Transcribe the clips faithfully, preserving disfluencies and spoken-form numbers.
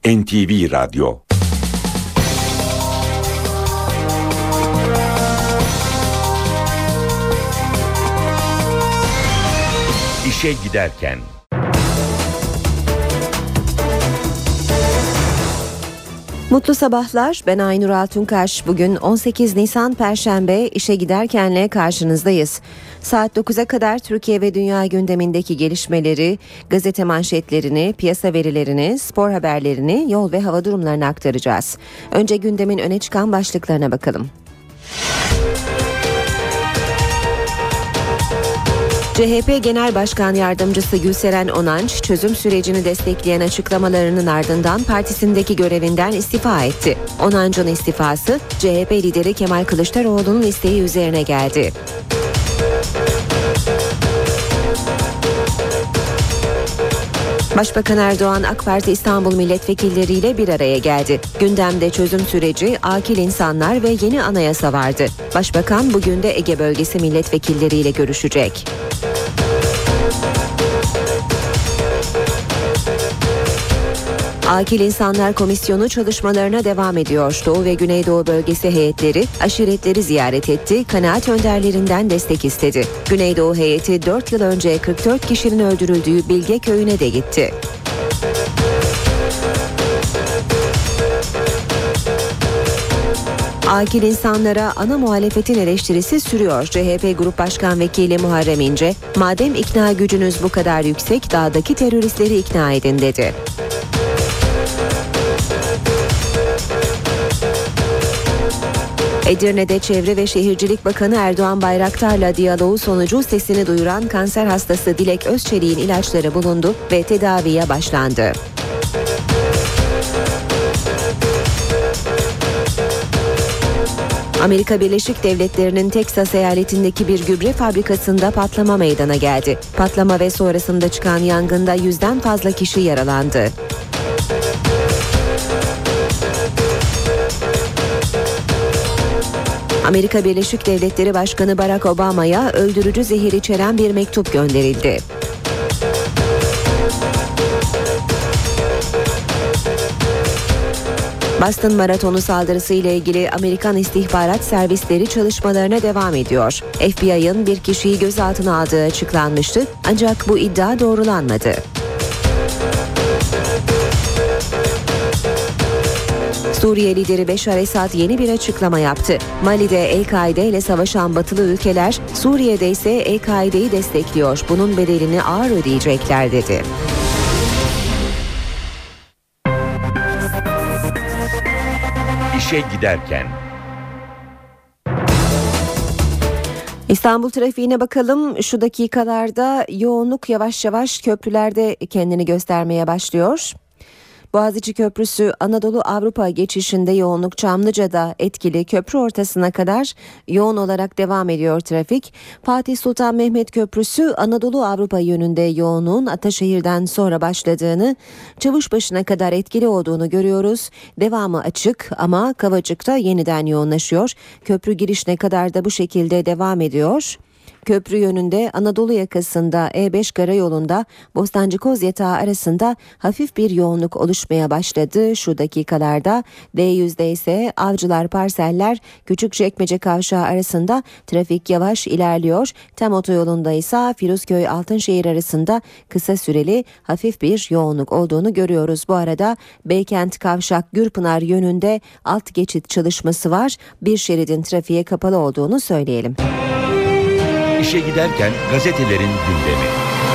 N T V Radyo. İşe giderken. Mutlu sabahlar, ben Aynur Altunkaş. Bugün on sekiz Nisan Perşembe, işe giderkenle karşınızdayız. Saat dokuza kadar Türkiye ve dünya gündemindeki gelişmeleri, gazete manşetlerini, piyasa verilerini, spor haberlerini, yol ve hava durumlarını aktaracağız. Önce gündemin öne çıkan başlıklarına bakalım. C H P Genel Başkan Yardımcısı Gülseren Onanç, çözüm sürecini destekleyen açıklamalarının ardından partisindeki görevinden istifa etti. Onanç'ın istifası, C H P lideri Kemal Kılıçdaroğlu'nun isteği üzerine geldi. Başbakan Erdoğan, AK Parti İstanbul milletvekilleriyle bir araya geldi. Gündemde çözüm süreci, akil insanlar ve yeni anayasa vardı. Başbakan bugün de Ege bölgesi milletvekilleriyle görüşecek. Akil İnsanlar Komisyonu çalışmalarına devam ediyor. Doğu ve Güneydoğu bölgesi heyetleri aşiretleri ziyaret etti, kanaat önderlerinden destek istedi. Güneydoğu heyeti dört yıl önce kırk dört kişinin öldürüldüğü Bilge köyüne de gitti. Akil insanlara ana muhalefetin eleştirisi sürüyor. C H P Grup Başkan Vekili Muharrem İnce, madem ikna gücünüz bu kadar yüksek, dağdaki teröristleri ikna edin dedi. Edirne'de Çevre ve Şehircilik Bakanı Erdoğan Bayraktar'la diyaloğu sonucu sesini duyuran kanser hastası Dilek Özçelik'in ilaçları bulundu ve tedaviye başlandı. Amerika Birleşik Devletleri'nin Teksas eyaletindeki bir gübre fabrikasında patlama meydana geldi. Patlama ve sonrasında çıkan yangında yüzden fazla kişi yaralandı. Amerika Birleşik Devletleri Başkanı Barack Obama'ya öldürücü zehir içeren bir mektup gönderildi. Boston Maratonu saldırısı ile ilgili Amerikan istihbarat servisleri çalışmalarına devam ediyor. F B I'ın bir kişiyi gözaltına aldığı açıklanmıştı, ancak bu iddia doğrulanmadı. Suriye lideri Beşar Esad yeni bir açıklama yaptı. Mali'de El-Kaide ile savaşan batılı ülkeler, Suriye'de ise El-Kaide'yi destekliyor. Bunun bedelini ağır ödeyecekler dedi. İşe giderken. İstanbul trafiğine bakalım. Şu dakikalarda yoğunluk yavaş yavaş köprülerde kendini göstermeye başlıyor. Boğaziçi Köprüsü Anadolu Avrupa geçişinde yoğunluk Çamlıca'da etkili, köprü ortasına kadar yoğun olarak devam ediyor trafik. Fatih Sultan Mehmet Köprüsü Anadolu Avrupa yönünde yoğunluğun Ataşehir'den sonra başladığını, Çavuşbaşı'na kadar etkili olduğunu görüyoruz. Devamı açık ama Kavacık'ta yeniden yoğunlaşıyor. Köprü girişine kadar da bu şekilde devam ediyor. Köprü yönünde Anadolu yakasında E beş karayolunda Bostancı-Kozyatağı arasında hafif bir yoğunluk oluşmaya başladı şu dakikalarda. D yüzde ise Avcılar Parseller Küçükçekmece Kavşağı arasında trafik yavaş ilerliyor. Tem otoyolunda ise Firuzköy Altınşehir arasında kısa süreli hafif bir yoğunluk olduğunu görüyoruz. Bu arada Beykent Kavşak Gürpınar yönünde alt geçit çalışması var. Bir şeridin trafiğe kapalı olduğunu söyleyelim. İşe giderken gazetelerin gündemi.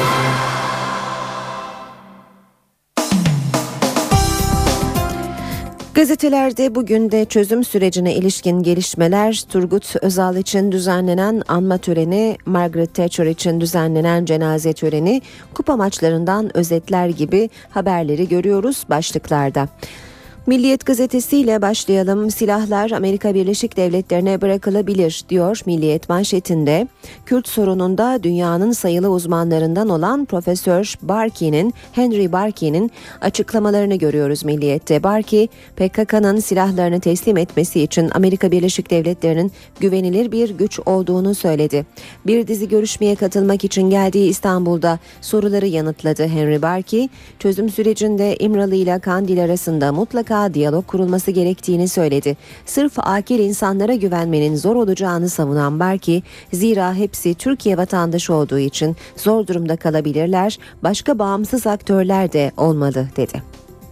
Gazetelerde bugün de çözüm sürecine ilişkin gelişmeler, Turgut Özal için düzenlenen anma töreni, Margaret Thatcher için düzenlenen cenaze töreni, kupa maçlarından özetler gibi haberleri görüyoruz başlıklarda. Milliyet gazetesiyle başlayalım. Silahlar Amerika Birleşik Devletleri'ne bırakılabilir diyor Milliyet manşetinde. Kürt sorununda dünyanın sayılı uzmanlarından olan Profesör Barki'nin, Henry Barki'nin açıklamalarını görüyoruz Milliyet'te. Barki, P K K'nın silahlarını teslim etmesi için Amerika Birleşik Devletleri'nin güvenilir bir güç olduğunu söyledi. Bir dizi görüşmeye katılmak için geldiği İstanbul'da soruları yanıtladı Henry Barki. Çözüm sürecinde İmralı ile Kandil arasında mutlaka diyalog kurulması gerektiğini söyledi. Sırf akil insanlara güvenmenin zor olacağını savunan Barki, zira hepsi Türkiye vatandaşı olduğu için zor durumda kalabilirler, başka bağımsız aktörler de olmalı dedi.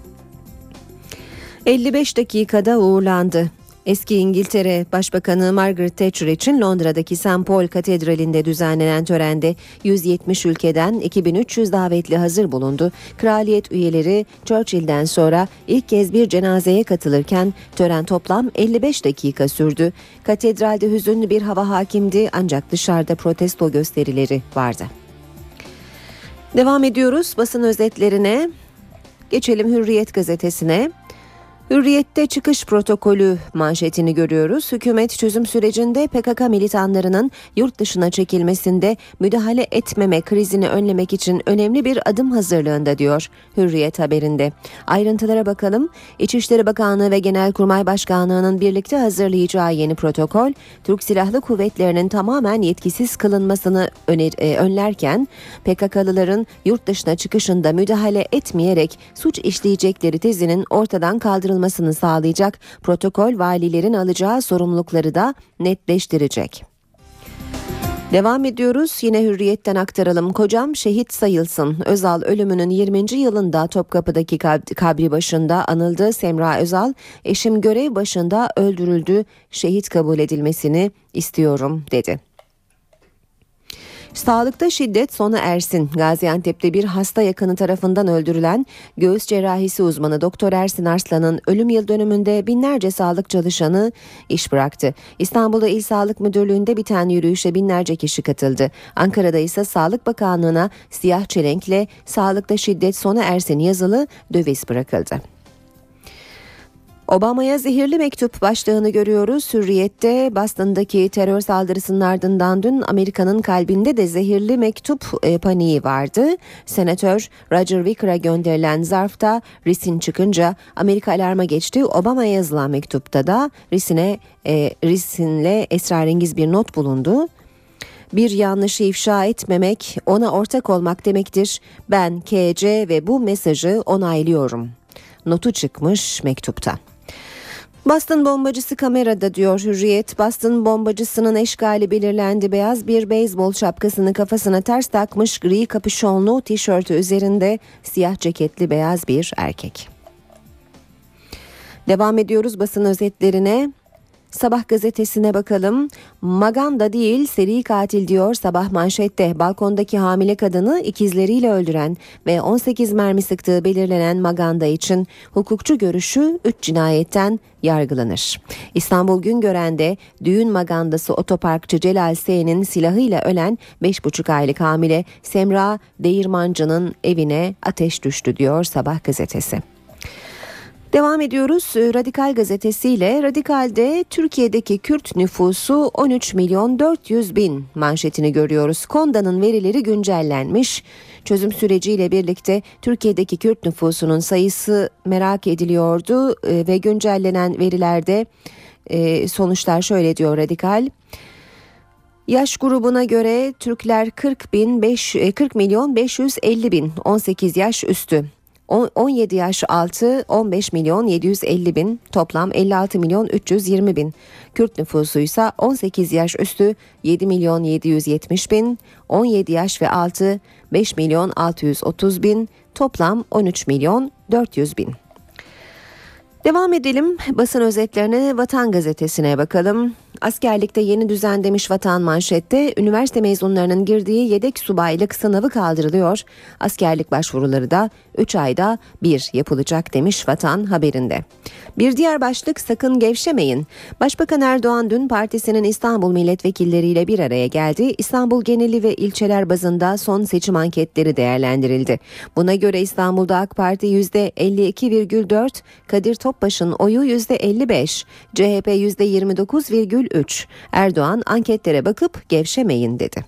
elli beş dakikada uğurlandı. Eski İngiltere Başbakanı Margaret Thatcher için Londra'daki Saint Paul Katedrali'nde düzenlenen törende yüz yetmiş ülkeden iki bin üç yüz davetli hazır bulundu. Kraliyet üyeleri Churchill'den sonra ilk kez bir cenazeye katılırken tören toplam elli beş dakika sürdü. Katedralde hüzünlü bir hava hakimdi ancak dışarıda protesto gösterileri vardı. Devam ediyoruz basın özetlerine. Geçelim Hürriyet gazetesine. Hürriyet'te çıkış protokolü manşetini görüyoruz. Hükümet çözüm sürecinde P K K militanlarının yurt dışına çekilmesinde müdahale etmeme krizini önlemek için önemli bir adım hazırlığında diyor Hürriyet haberinde. Ayrıntılara bakalım. İçişleri Bakanlığı ve Genelkurmay Başkanlığı'nın birlikte hazırlayacağı yeni protokol, Türk Silahlı Kuvvetleri'nin tamamen yetkisiz kılınmasını öner, e, önlerken P K K'lıların yurt dışına çıkışında müdahale etmeyerek suç işleyecekleri tezinin ortadan kaldırılmasını sağlayacak. Protokol valilerin alacağı sorumlulukları da netleştirecek. Devam ediyoruz. Yine Hürriyet'ten aktaralım. Kocam şehit sayılsın. Özal ölümünün yirminci yılında Topkapı'daki kabri başında anıldı. Semra Özal, eşim görev başında öldürüldü. Şehit kabul edilmesini istiyorum dedi. Sağlıkta şiddet sona ersin. Gaziantep'te bir hasta yakını tarafından öldürülen göğüs cerrahisi uzmanı Doktor Ersin Arslan'ın ölüm yıl dönümünde binlerce sağlık çalışanı iş bıraktı. İstanbul'da İl Sağlık Müdürlüğü'nde biten yürüyüşe binlerce kişi katıldı. Ankara'da ise Sağlık Bakanlığı'na siyah çelenkle "Sağlıkta şiddet sona ersin" yazılı döviz bırakıldı. Obama'ya zehirli mektup başlığını görüyoruz. Hürriyet'te Boston'daki terör saldırısının ardından dün Amerika'nın kalbinde de zehirli mektup e, paniği vardı. Senatör Roger Wickera gönderilen zarfta risin çıkınca Amerika alarma geçti. Obama'ya yazılan mektupta da risine e, risinle esrarengiz bir not bulundu. Bir yanlışı ifşa etmemek, ona ortak olmak demektir. Ben K C ve bu mesajı onaylıyorum. Notu çıkmış mektupta. Boston bombacısı kamerada diyor Hürriyet. Boston bombacısının eşkali belirlendi. Beyaz bir beyzbol şapkasını kafasına ters takmış, gri kapüşonlu tişörtü üzerinde siyah ceketli beyaz bir erkek. Devam ediyoruz basın özetlerine. Sabah gazetesine bakalım. Maganda değil seri katil diyor Sabah manşette. Balkondaki hamile kadını ikizleriyle öldüren ve on sekiz mermi sıktığı belirlenen Maganda için hukukçu görüşü üç cinayetten yargılanır. İstanbul Güngören'de düğün magandası otoparkçı Celal S'nin silahıyla ölen beş buçuk aylık hamile Semra Değirmancı'nın evine ateş düştü diyor Sabah gazetesi. Devam ediyoruz Radikal gazetesiyle. Radikal'de Türkiye'deki Kürt nüfusu on üç milyon dört yüz bin manşetini görüyoruz. KONDA'nın verileri güncellenmiş. Çözüm süreciyle birlikte Türkiye'deki Kürt nüfusunun sayısı merak ediliyordu ve güncellenen verilerde sonuçlar şöyle diyor Radikal. Yaş grubuna göre Türkler kırk milyon beş yüz elli bin, on sekiz yaş üstü. on yedi yaş altı on beş milyon yedi yüz elli bin, toplam elli altı milyon üç yüz yirmi bin. Kürt nüfusu ise on sekiz yaş üstü yedi milyon yedi yüz yetmiş bin, on yedi yaş ve altı beş milyon altı yüz otuz bin, toplam on üç milyon dört yüz bin. Devam edelim basın özetlerine. Vatan gazetesine bakalım. Askerlikte yeni düzen demiş Vatan manşette. Üniversite mezunlarının girdiği yedek subaylık sınavı kaldırılıyor. Askerlik başvuruları da üç ayda bir yapılacak demiş Vatan haberinde. Bir diğer başlık sakın gevşemeyin. Başbakan Erdoğan dün partisinin İstanbul milletvekilleriyle bir araya geldi. İstanbul geneli ve ilçeler bazında son seçim anketleri değerlendirildi. Buna göre İstanbul'da AK Parti yüzde elli iki virgül dört, Kadir Topbaş'ın oyu yüzde elli beş, C H P yüzde yirmi dokuz virgül üç. Erdoğan anketlere bakıp gevşemeyin dedi.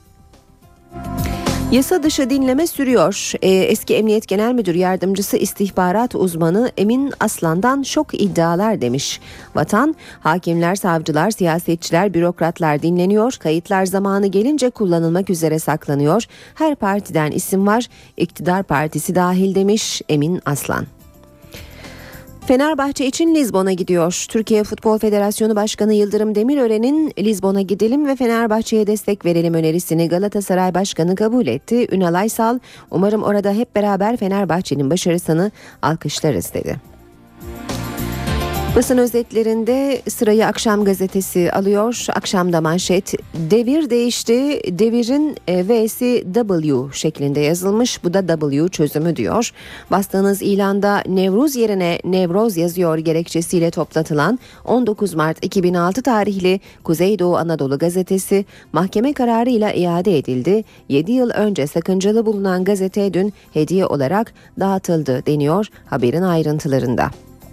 Yasa dışı dinleme sürüyor. Ee, eski Emniyet Genel Müdür Yardımcısı istihbarat uzmanı Emin Aslan'dan şok iddialar demiş. Vatan, hakimler, savcılar, siyasetçiler, bürokratlar dinleniyor. Kayıtlar zamanı gelince kullanılmak üzere saklanıyor. Her partiden isim var. İktidar partisi dahil demiş Emin Aslan. Fenerbahçe için Lizbon'a gidiyor. Türkiye Futbol Federasyonu Başkanı Yıldırım Demirören'in Lizbon'a gidelim ve Fenerbahçe'ye destek verelim önerisini Galatasaray Başkanı kabul etti. Ünal Aysal, umarım orada hep beraber Fenerbahçe'nin başarısını alkışlarız dedi. Basın özetlerinde sırayı Akşam gazetesi alıyor. Akşamda manşet devir değişti, devirin V'si W şeklinde yazılmış. Bu da W çözümü diyor. Bastığınız ilanda Nevruz yerine Nevroz yazıyor gerekçesiyle toplatılan on dokuz Mart iki bin altı tarihli Kuzeydoğu Anadolu gazetesi mahkeme kararıyla iade edildi. yedi yıl önce sakıncalı bulunan gazete dün hediye olarak dağıtıldı deniyor haberin ayrıntılarında.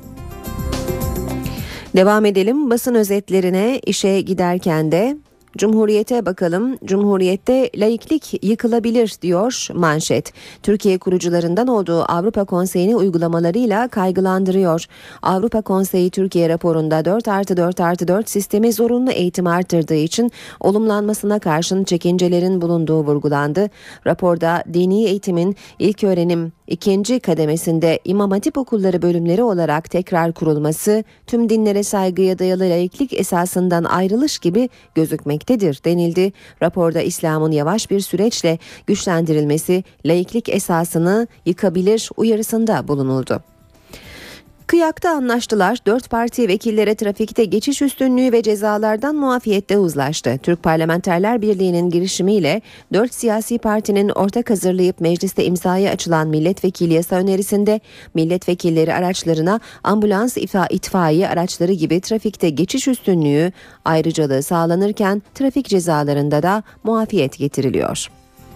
Devam edelim basın özetlerine. İşe giderken de Cumhuriyet'e bakalım. Cumhuriyet'te laiklik yıkılabilir diyor manşet. Türkiye kurucularından olduğu Avrupa Konseyi'ni uygulamalarıyla kaygılandırıyor. Avrupa Konseyi Türkiye raporunda dört artı dört artı dört sistemi zorunlu eğitim artırdığı için olumlanmasına karşın çekincelerin bulunduğu vurgulandı. Raporda dini eğitimin ilköğrenim ikinci kademesinde İmam Hatip okulları bölümleri olarak tekrar kurulması, tüm dinlere saygıya dayalı laiklik esasından ayrılış gibi gözükmektedir denildi. Raporda İslam'ın yavaş bir süreçle güçlendirilmesi laiklik esasını yıkabilir uyarısında bulunuldu. Kıyak'ta anlaştılar. Dört parti vekillere trafikte geçiş üstünlüğü ve cezalardan muafiyette uzlaştı. Türk Parlamenterler Birliği'nin girişimiyle dört siyasi partinin ortak hazırlayıp mecliste imzaya açılan milletvekili yasa önerisinde milletvekilleri araçlarına ambulans, ifa, itfaiye araçları gibi trafikte geçiş üstünlüğü ayrıcalığı sağlanırken trafik cezalarında da muafiyet getiriliyor.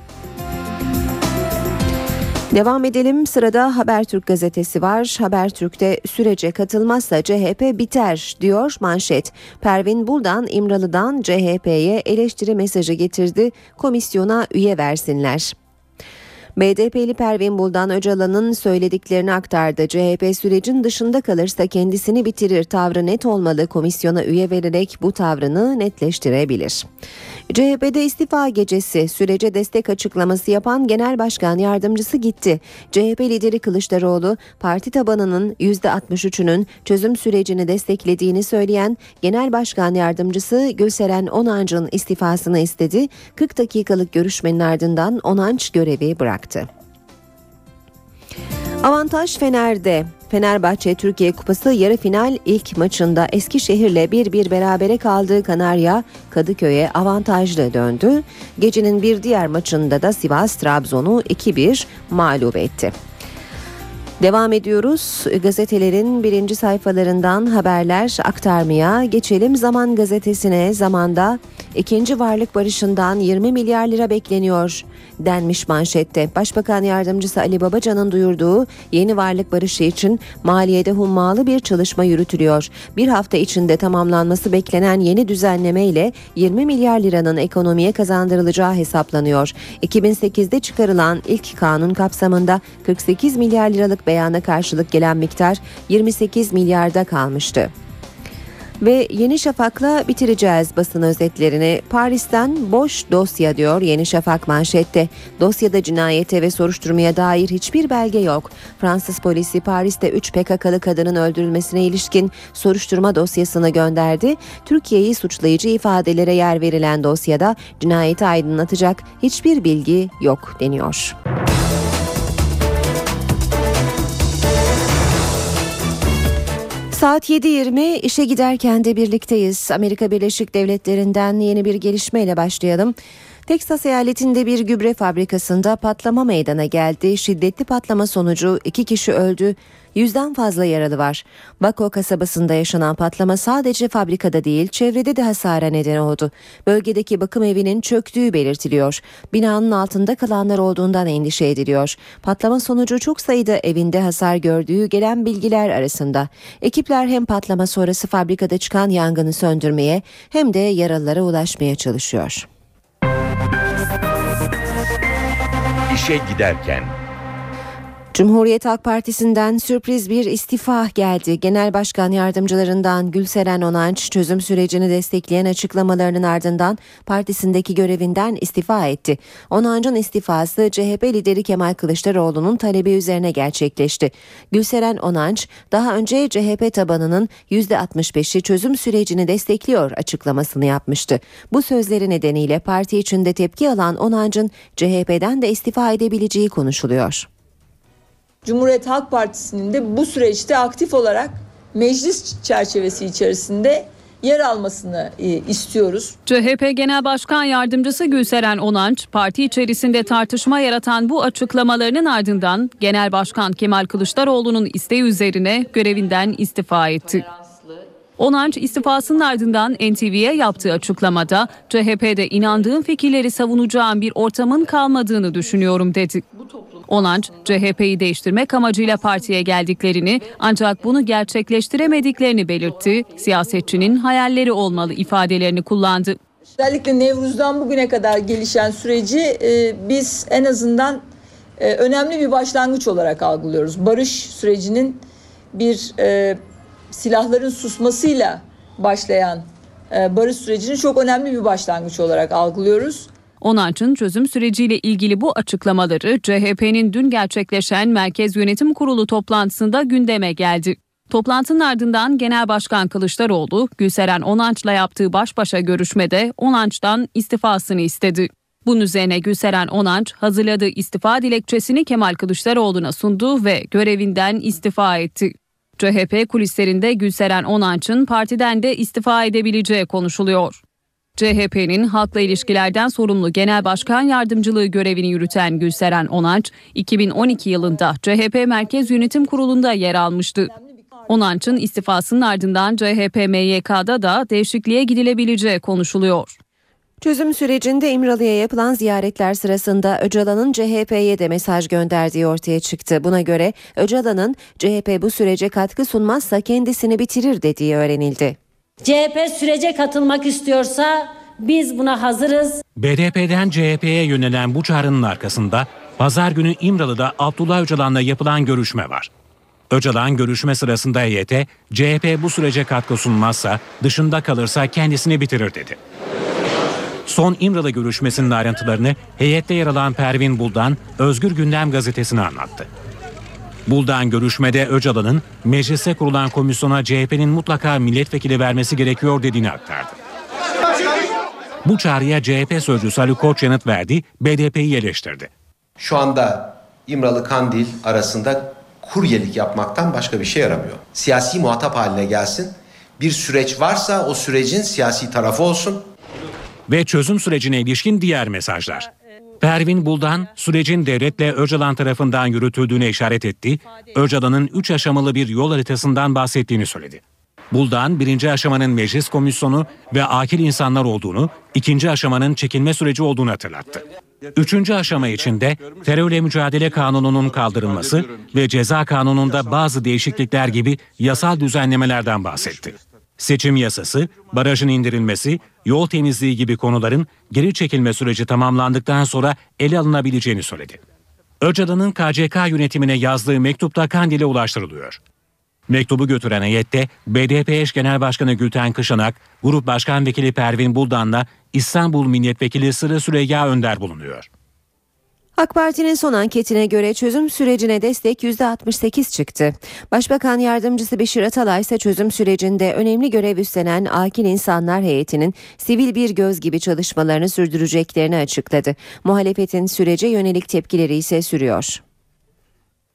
Devam edelim. Sırada Habertürk gazetesi var. Habertürk'te sürece katılmazsa C H P biter diyor manşet. Pervin Buldan İmralı'dan C H P'ye eleştiri mesajı getirdi. Komisyona üye versinler. B D P'li Pervin Buldan Öcalan'ın söylediklerini aktardı. C H P sürecin dışında kalırsa kendisini bitirir tavrı net olmalı. Komisyona üye vererek bu tavrını netleştirebilir. C H P'de istifa gecesi sürece destek açıklaması yapan Genel Başkan Yardımcısı gitti. C H P lideri Kılıçdaroğlu parti tabanının yüzde altmış üçünün çözüm sürecini desteklediğini söyleyen Genel Başkan Yardımcısı Gülseren Onancı'nın istifasını istedi. kırk dakikalık görüşmenin ardından Onanç görevi bıraktı. Avantaj Fener'de. Fenerbahçe Türkiye Kupası yarı final ilk maçında Eskişehir'le bir bir berabere kaldığı Kanarya Kadıköy'e avantajlı döndü. Gecenin bir diğer maçında da Sivas Trabzon'u iki bir mağlup etti. Devam ediyoruz. Gazetelerin birinci sayfalarından haberler aktarmaya geçelim. Zaman gazetesine. Zamanda ikinci varlık barışından yirmi milyar lira bekleniyor denmiş manşette. Başbakan Yardımcısı Ali Babacan'ın duyurduğu yeni varlık barışı için maliyede hummalı bir çalışma yürütülüyor. Bir hafta içinde tamamlanması beklenen yeni düzenleme ile yirmi milyar liranın ekonomiye kazandırılacağı hesaplanıyor. iki bin sekizde çıkarılan ilk kanun kapsamında kırk sekiz milyar liralık beyana karşılık gelen miktar yirmi sekiz milyarda kalmıştı. Ve Yeni Şafak'la bitireceğiz basın özetlerini. Paris'ten boş dosya diyor Yeni Şafak manşette. Dosyada cinayete ve soruşturmaya dair hiçbir belge yok. Fransız polisi Paris'te üç P K K'lı kadının öldürülmesine ilişkin soruşturma dosyasını gönderdi. Türkiye'yi suçlayıcı ifadelere yer verilen dosyada cinayeti aydınlatacak hiçbir bilgi yok deniyor. Saat yedi yirmi işe giderken de birlikteyiz. Amerika Birleşik Devletleri'nden yeni bir gelişmeyle başlayalım. Teksas eyaletinde bir gübre fabrikasında patlama meydana geldi. Şiddetli patlama sonucu iki kişi öldü, yüzden fazla yaralı var. Waco kasabasında yaşanan patlama sadece fabrikada değil, çevrede de hasara neden oldu. Bölgedeki bakım evinin çöktüğü belirtiliyor. Binanın altında kalanlar olduğundan endişe ediliyor. Patlama sonucu çok sayıda evinde hasar gördüğü gelen bilgiler arasında. Ekipler hem patlama sonrası fabrikada çıkan yangını söndürmeye hem de yaralılara ulaşmaya çalışıyor. İşe giderken. Cumhuriyet Halk Partisi'nden sürpriz bir istifa geldi. Genel Başkan Yardımcılarından Gülseren Onanç çözüm sürecini destekleyen açıklamalarının ardından partisindeki görevinden istifa etti. Onanç'ın istifası C H P lideri Kemal Kılıçdaroğlu'nun talebi üzerine gerçekleşti. Gülseren Onanç daha önce C H P tabanının yüzde altmış beşi çözüm sürecini destekliyor açıklamasını yapmıştı. Bu sözleri nedeniyle parti içinde tepki alan Onanç'ın C H P'den de istifa edebileceği konuşuluyor. Cumhuriyet Halk Partisi'nin de bu süreçte aktif olarak meclis çerçevesi içerisinde yer almasını e, istiyoruz. C H P Genel Başkan Yardımcısı Gülseren Onanç, parti içerisinde tartışma yaratan bu açıklamalarının ardından Genel Başkan Kemal Kılıçdaroğlu'nun isteği üzerine görevinden istifa etti. Onanç istifasının ardından N T V'ye yaptığı açıklamada C H P'de inandığım fikirleri savunacağım bir ortamın kalmadığını düşünüyorum dedi. Onanç, C H P'yi değiştirmek amacıyla partiye geldiklerini ancak bunu gerçekleştiremediklerini belirtti. Siyasetçinin hayalleri olmalı ifadelerini kullandı. Özellikle Nevruz'dan bugüne kadar gelişen süreci e, biz en azından e, önemli bir başlangıç olarak algılıyoruz. Barış sürecinin bir e, silahların susmasıyla başlayan e, barış sürecini çok önemli bir başlangıç olarak algılıyoruz. Onanç'ın çözüm süreciyle ilgili bu açıklamaları C H P'nin dün gerçekleşen Merkez Yönetim Kurulu toplantısında gündeme geldi. Toplantının ardından Genel Başkan Kılıçdaroğlu, Gülseren Onanç'la yaptığı baş başa görüşmede Onanç'tan istifasını istedi. Bunun üzerine Gülseren Onanç hazırladığı istifa dilekçesini Kemal Kılıçdaroğlu'na sundu ve görevinden istifa etti. C H P kulislerinde Gülseren Onanç'ın partiden de istifa edebileceği konuşuluyor. C H P'nin halkla ilişkilerden sorumlu Genel Başkan Yardımcılığı görevini yürüten Gülseren Onanç, iki bin on iki yılında C H P Merkez Yönetim Kurulu'nda yer almıştı. Onanç'ın istifasının ardından C H P M Y K'da da değişikliğe gidilebileceği konuşuluyor. Çözüm sürecinde İmralı'ya yapılan ziyaretler sırasında Öcalan'ın C H P'ye de mesaj gönderdiği ortaya çıktı. Buna göre Öcalan'ın C H P bu sürece katkı sunmazsa kendisini bitirir dediği öğrenildi. C H P sürece katılmak istiyorsa biz buna hazırız. B D P'den C H P'ye yönelen bu çağrının arkasında pazar günü İmralı'da Abdullah Öcalan'la yapılan görüşme var. Öcalan görüşme sırasında heyete C H P bu sürece katkı sunmazsa, dışında kalırsa kendisini bitirir dedi. Son İmralı görüşmesinin ayrıntılarını heyette yer alan Pervin Buldan, Özgür Gündem gazetesine anlattı. Buldan görüşmede Öcalan'ın meclise kurulan komisyona C H P'nin mutlaka milletvekili vermesi gerekiyor dediğini aktardı. Bu çağrıya C H P sözcüsü Ali Koç yanıt verdi, B D P'yi eleştirdi. Şu anda İmralı Kandil arasında kuryelik yapmaktan başka bir şey yaramıyor. Siyasi muhatap haline gelsin. Bir süreç varsa o sürecin siyasi tarafı olsun. Ve çözüm sürecine ilişkin diğer mesajlar. Pervin Buldan, sürecin devletle Öcalan tarafından yürütüldüğüne işaret etti. Öcalan'ın üç aşamalı bir yol haritasından bahsettiğini söyledi. Buldan, birinci aşamanın meclis komisyonu ve akil insanlar olduğunu, ikinci aşamanın çekilme süreci olduğunu hatırlattı. Üçüncü aşama içinde terörle mücadele kanununun kaldırılması ve ceza kanununda bazı değişiklikler gibi yasal düzenlemelerden bahsetti. Seçim yasası, barajın indirilmesi, yol temizliği gibi konuların geri çekilme süreci tamamlandıktan sonra ele alınabileceğini söyledi. Öcalan'ın K C K yönetimine yazdığı mektupta Kandil'e ulaştırılıyor. Mektubu götüren heyette B D P eş Genel Başkanı Gülten Kışanak, Grup Başkan Vekili Pervin Buldan'la İstanbul Milletvekili Sırrı Süreyya Önder bulunuyor. AK Parti'nin son anketine göre çözüm sürecine destek yüzde altmış sekiz çıktı. Başbakan Yardımcısı Beşir Atalay ise çözüm sürecinde önemli görev üstlenen Akil İnsanlar Heyeti'nin sivil bir göz gibi çalışmalarını sürdüreceklerini açıkladı. Muhalefetin sürece yönelik tepkileri ise sürüyor.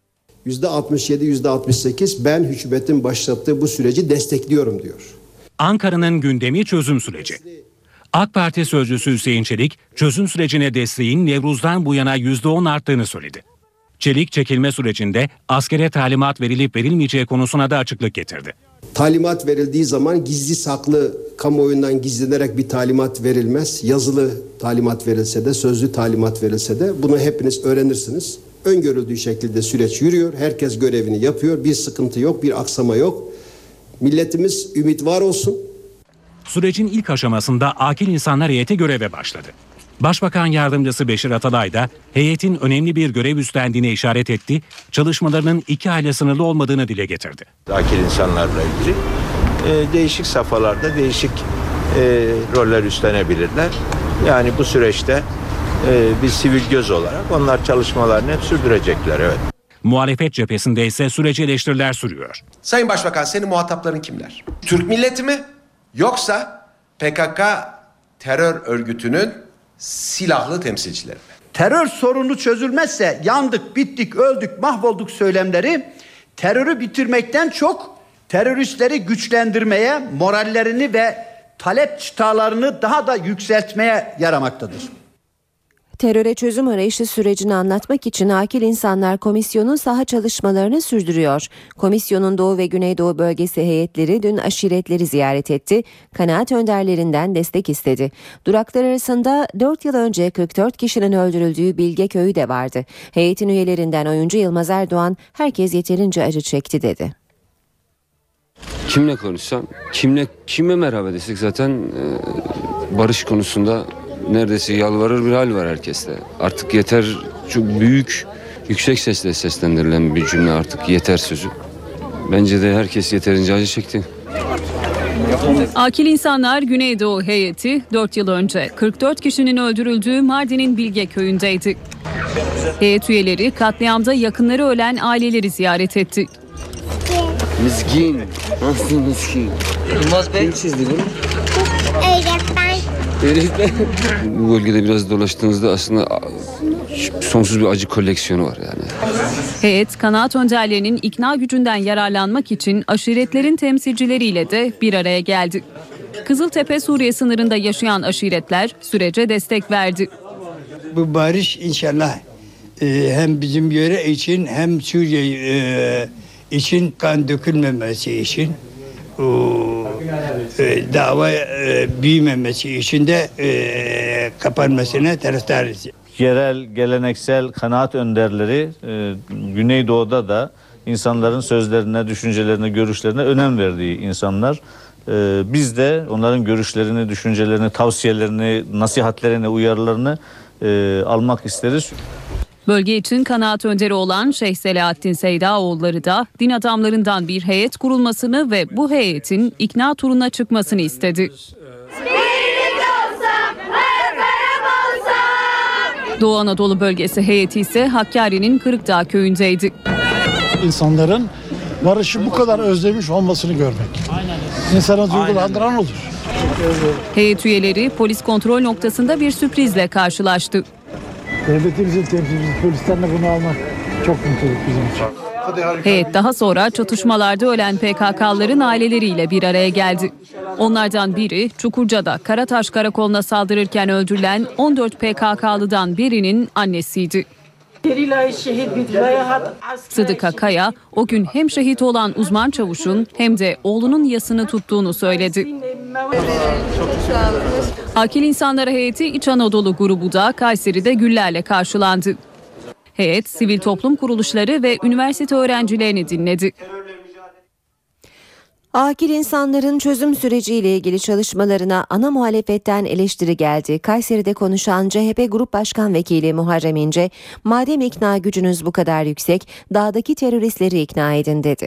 yüzde altmış yedi, yüzde altmış sekiz ben hükümetin başlattığı bu süreci destekliyorum diyor. Ankara'nın gündemi çözüm süreci. AK Parti sözcüsü Hüseyin Çelik, çözüm sürecine desteğin Nevruz'dan bu yana yüzde on arttığını söyledi. Çelik, çekilme sürecinde askere talimat verilip verilmeyeceği konusuna da açıklık getirdi. Talimat verildiği zaman gizli saklı, kamuoyundan gizlenerek bir talimat verilmez. Yazılı talimat verilse de, sözlü talimat verilse de bunu hepiniz öğrenirsiniz. Öngörüldüğü şekilde süreç yürüyor. Herkes görevini yapıyor. Bir sıkıntı yok, bir aksama yok. Milletimiz ümit var olsun. Sürecin ilk aşamasında Akil İnsanlar Heyeti göreve başladı. Başbakan Yardımcısı Beşir Atalay da heyetin önemli bir görev üstlendiğine işaret etti, çalışmalarının iki ayla sınırlı olmadığını dile getirdi. Akil insanlarla ilgili e, değişik safhalarda değişik e, roller üstlenebilirler. Yani bu süreçte e, bir sivil göz olarak onlar çalışmalarını hep sürdürecekler. Evet. Muhalefet cephesinde ise süreci eleştiriler sürüyor. Sayın Başbakan, senin muhatapların kimler? Türk milleti mi? Yoksa P K K terör örgütünün silahlı temsilcileri mi? Terör sorunu çözülmezse yandık, bittik, öldük, mahvolduk söylemleri terörü bitirmekten çok teröristleri güçlendirmeye, morallerini ve talep çıtalarını daha da yükseltmeye yaramaktadır. Teröre çözüm arayışı sürecini anlatmak için Akil İnsanlar Komisyonu saha çalışmalarını sürdürüyor. Komisyonun Doğu ve Güneydoğu bölgesi heyetleri dün aşiretleri ziyaret etti. Kanaat önderlerinden destek istedi. Duraklar arasında dört yıl önce kırk dört kişinin öldürüldüğü Bilge Köyü de vardı. Heyetin üyelerinden oyuncu Yılmaz Erdoğan, herkes yeterince acı çekti dedi. Kimle konuşsam, kimle kime merhaba desek zaten e, barış konusunda neredeyse yalvarır bir hal var herkeste. Artık yeter, çok büyük, yüksek sesle seslendirilen bir cümle artık yeter sözü. Bence de herkes yeterince acı çekti. Akil İnsanlar Güneydoğu heyeti dört yıl önce kırk dört kişinin öldürüldüğü Mardin'in Bilge Köyü'ndeydi. Heyet üyeleri katliamda yakınları ölen aileleri ziyaret etti. Miskin, nasıl miskin? Yılmaz Bey. Kim çizdi bunu? Öğretmen. Bu bölgede biraz dolaştığınızda aslında sonsuz bir acı koleksiyonu var yani. Heyet, kanaat önderlerinin ikna gücünden yararlanmak için aşiretlerin temsilcileriyle de bir araya geldi. Kızıltepe Suriye sınırında yaşayan aşiretler sürece destek verdi. Bu barış inşallah e, hem bizim yöre için hem Suriye e, için kan dökülmemesi için, o e, dava e, büyümemesi için de e, kapanmasına taraftarız. Yerel, geleneksel kanaat önderleri e, Güneydoğu'da da insanların sözlerine, düşüncelerine, görüşlerine önem verdiği insanlar. E, biz de onların görüşlerini, düşüncelerini, tavsiyelerini, nasihatlerini, uyarılarını e, almak isteriz. Bölge için kanaat önderi olan Şeyh Selahattin Seydaoğulları da din adamlarından bir heyet kurulmasını ve bu heyetin ikna turuna çıkmasını istedi. Doğu Anadolu bölgesi heyeti ise Hakkari'nin Kırıkdağ köyündeydi. İnsanların barışı bu kadar özlemiş olmasını görmek. İnsana duygulandıran olur. Heyet üyeleri polis kontrol noktasında bir sürprizle karşılaştı. Devletimizin temsilcisi polisten de bunu almak çok mutluluk bizim için. Heyet daha sonra çatışmalarda ölen P K K'lıların aileleriyle bir araya geldi. Onlardan biri Çukurca'da Karataş Karakolu'na saldırırken öldürülen on dört P K K'lıdan birinin annesiydi. Sıdıka Kaya o gün hem şehit olan uzman çavuşun hem de oğlunun yasını tuttuğunu söyledi. Akil İnsanlar Heyeti İç Anadolu grubu da Kayseri'de güllerle karşılandı. Heyet, sivil toplum kuruluşları ve üniversite öğrencilerini dinledi. Akil insanların çözüm süreciyle ilgili çalışmalarına ana muhalefetten eleştiri geldi. Kayseri'de konuşan C H P Grup Başkan Vekili Muharrem İnce, madem ikna gücünüz bu kadar yüksek, dağdaki teröristleri ikna edin dedi.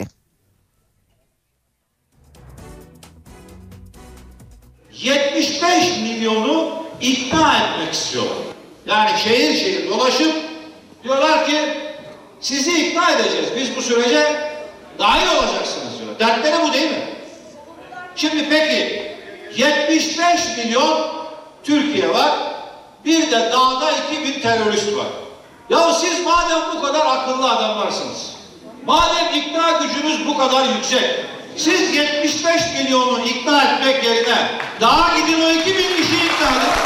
yetmiş beş milyonu ikna etmek istiyorlar. Yani şehir şehir dolaşıp diyorlar ki sizi ikna edeceğiz. Biz bu sürece dahil olacaksınız diyor. Dertleri bu değil mi? Şimdi peki yetmiş beş milyon Türkiye var. Bir de dağda iki bin terörist var. Ya siz madem bu kadar akıllı adamlarsınız, Madem ikna gücünüz bu kadar yüksek, siz yetmiş beş milyonu ikna etmek yerine daha gidin o iki bin kişiyi ikna edin.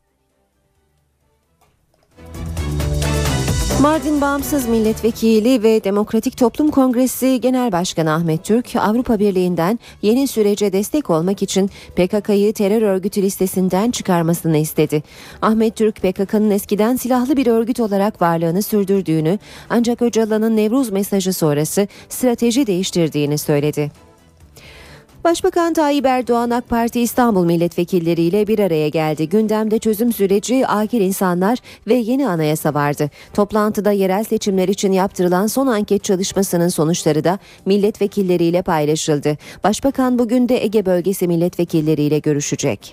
Mardin Bağımsız Milletvekili ve Demokratik Toplum Kongresi Genel Başkanı Ahmet Türk, Avrupa Birliği'nden yeni sürece destek olmak için P K K'yı terör örgütü listesinden çıkarmasını istedi. Ahmet Türk, P K K'nın eskiden silahlı bir örgüt olarak varlığını sürdürdüğünü, ancak Öcalan'ın Nevruz mesajı sonrası strateji değiştirdiğini söyledi. Başbakan Tayyip Erdoğan AK Parti İstanbul milletvekilleriyle bir araya geldi. Gündemde çözüm süreci, akil insanlar ve yeni anayasa vardı. Toplantıda yerel seçimler için yaptırılan son anket çalışmasının sonuçları da milletvekilleriyle paylaşıldı. Başbakan bugün de Ege bölgesi milletvekilleriyle görüşecek.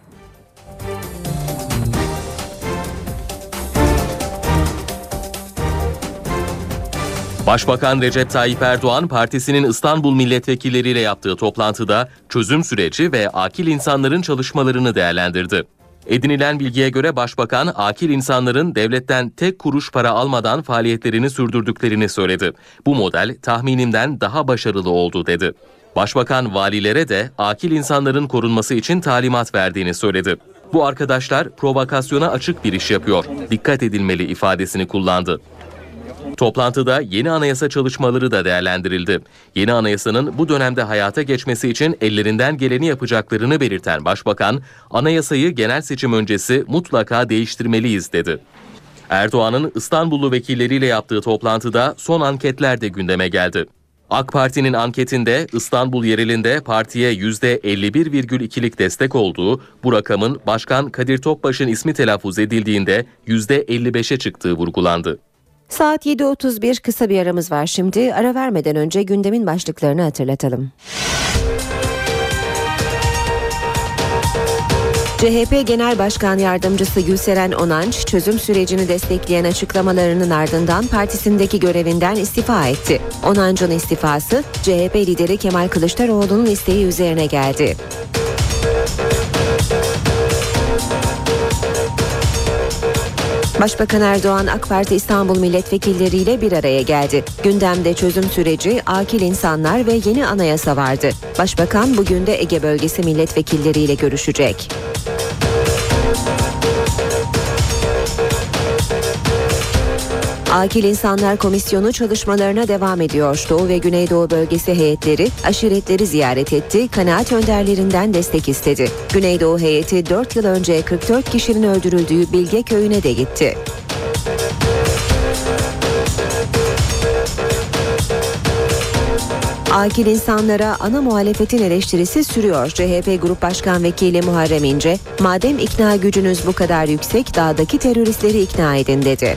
Başbakan Recep Tayyip Erdoğan, partisinin İstanbul milletvekilleriyle yaptığı toplantıda çözüm süreci ve akil insanların çalışmalarını değerlendirdi. Edinilen bilgiye göre Başbakan, akil insanların devletten tek kuruş para almadan faaliyetlerini sürdürdüklerini söyledi. Bu model tahminimden daha başarılı oldu dedi. Başbakan valilere de akil insanların korunması için talimat verdiğini söyledi. Bu arkadaşlar provokasyona açık bir iş yapıyor, dikkat edilmeli ifadesini kullandı. Toplantıda yeni anayasa çalışmaları da değerlendirildi. Yeni anayasanın bu dönemde hayata geçmesi için ellerinden geleni yapacaklarını belirten Başbakan, anayasayı genel seçim öncesi mutlaka değiştirmeliyiz dedi. Erdoğan'ın İstanbullu vekilleriyle yaptığı toplantıda son anketler de gündeme geldi. AK Parti'nin anketinde İstanbul yerelinde partiye yüzde elli bir virgül ikilik destek olduğu, bu rakamın Başkan Kadir Topbaş'ın ismi telaffuz edildiğinde yüzde elli beşe çıktığı vurgulandı. Saat yedi otuz bir, kısa bir aramız var şimdi. Ara vermeden önce gündemin başlıklarını hatırlatalım. C H P Genel Başkan Yardımcısı Gülseren Onanç, çözüm sürecini destekleyen açıklamalarının ardından partisindeki görevinden istifa etti. Onanç'ın istifası, C H P lideri Kemal Kılıçdaroğlu'nun isteği üzerine geldi. Başbakan Erdoğan AK Parti İstanbul milletvekilleriyle bir araya geldi. Gündemde çözüm süreci, akil insanlar ve yeni anayasa vardı. Başbakan bugün de Ege bölgesi milletvekilleriyle görüşecek. Akil İnsanlar Komisyonu çalışmalarına devam ediyor. Doğu ve Güneydoğu bölgesi heyetleri aşiretleri ziyaret etti, kanaat önderlerinden destek istedi. Güneydoğu heyeti dört yıl önce kırk dört kişinin öldürüldüğü Bilge Köyü'ne de gitti. Akil insanlara ana muhalefetin eleştirisi sürüyor. C H P Grup Başkan Vekili Muharrem İnce, madem ikna gücünüz bu kadar yüksek, dağdaki teröristleri ikna edin dedi.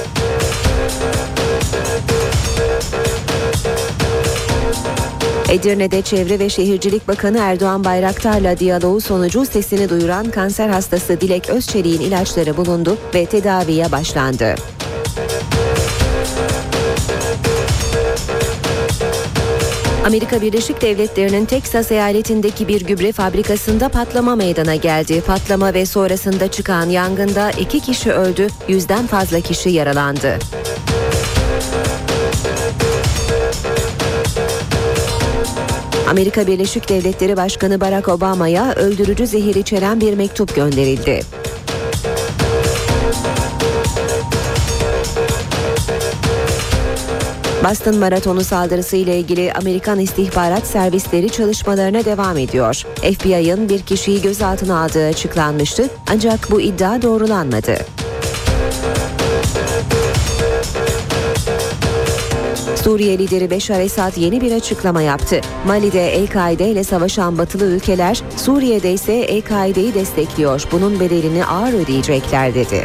Edirne'de Çevre ve Şehircilik Bakanı Erdoğan Bayraktar'la diyaloğu sonucu sesini duyuran kanser hastası Dilek Özçelik'in ilaçları bulundu ve tedaviye başlandı. Amerika Birleşik Devletleri'nin Teksas eyaletindeki bir gübre fabrikasında patlama meydana geldi. Patlama ve sonrasında çıkan yangında iki kişi öldü, yüzden fazla kişi yaralandı. Amerika Birleşik Devletleri Başkanı Barack Obama'ya öldürücü zehir içeren bir mektup gönderildi. Boston Maratonu saldırısı ile ilgili Amerikan istihbarat servisleri çalışmalarına devam ediyor. F B I'ın bir kişiyi gözaltına aldığı açıklanmıştı, ancak bu iddia doğrulanmadı. Suriye lideri Beşar Esad yeni bir açıklama yaptı. Mali'de El-Kaide ile savaşan batılı ülkeler, Suriye'de ise El-Kaide'yi destekliyor. Bunun bedelini ağır ödeyecekler dedi.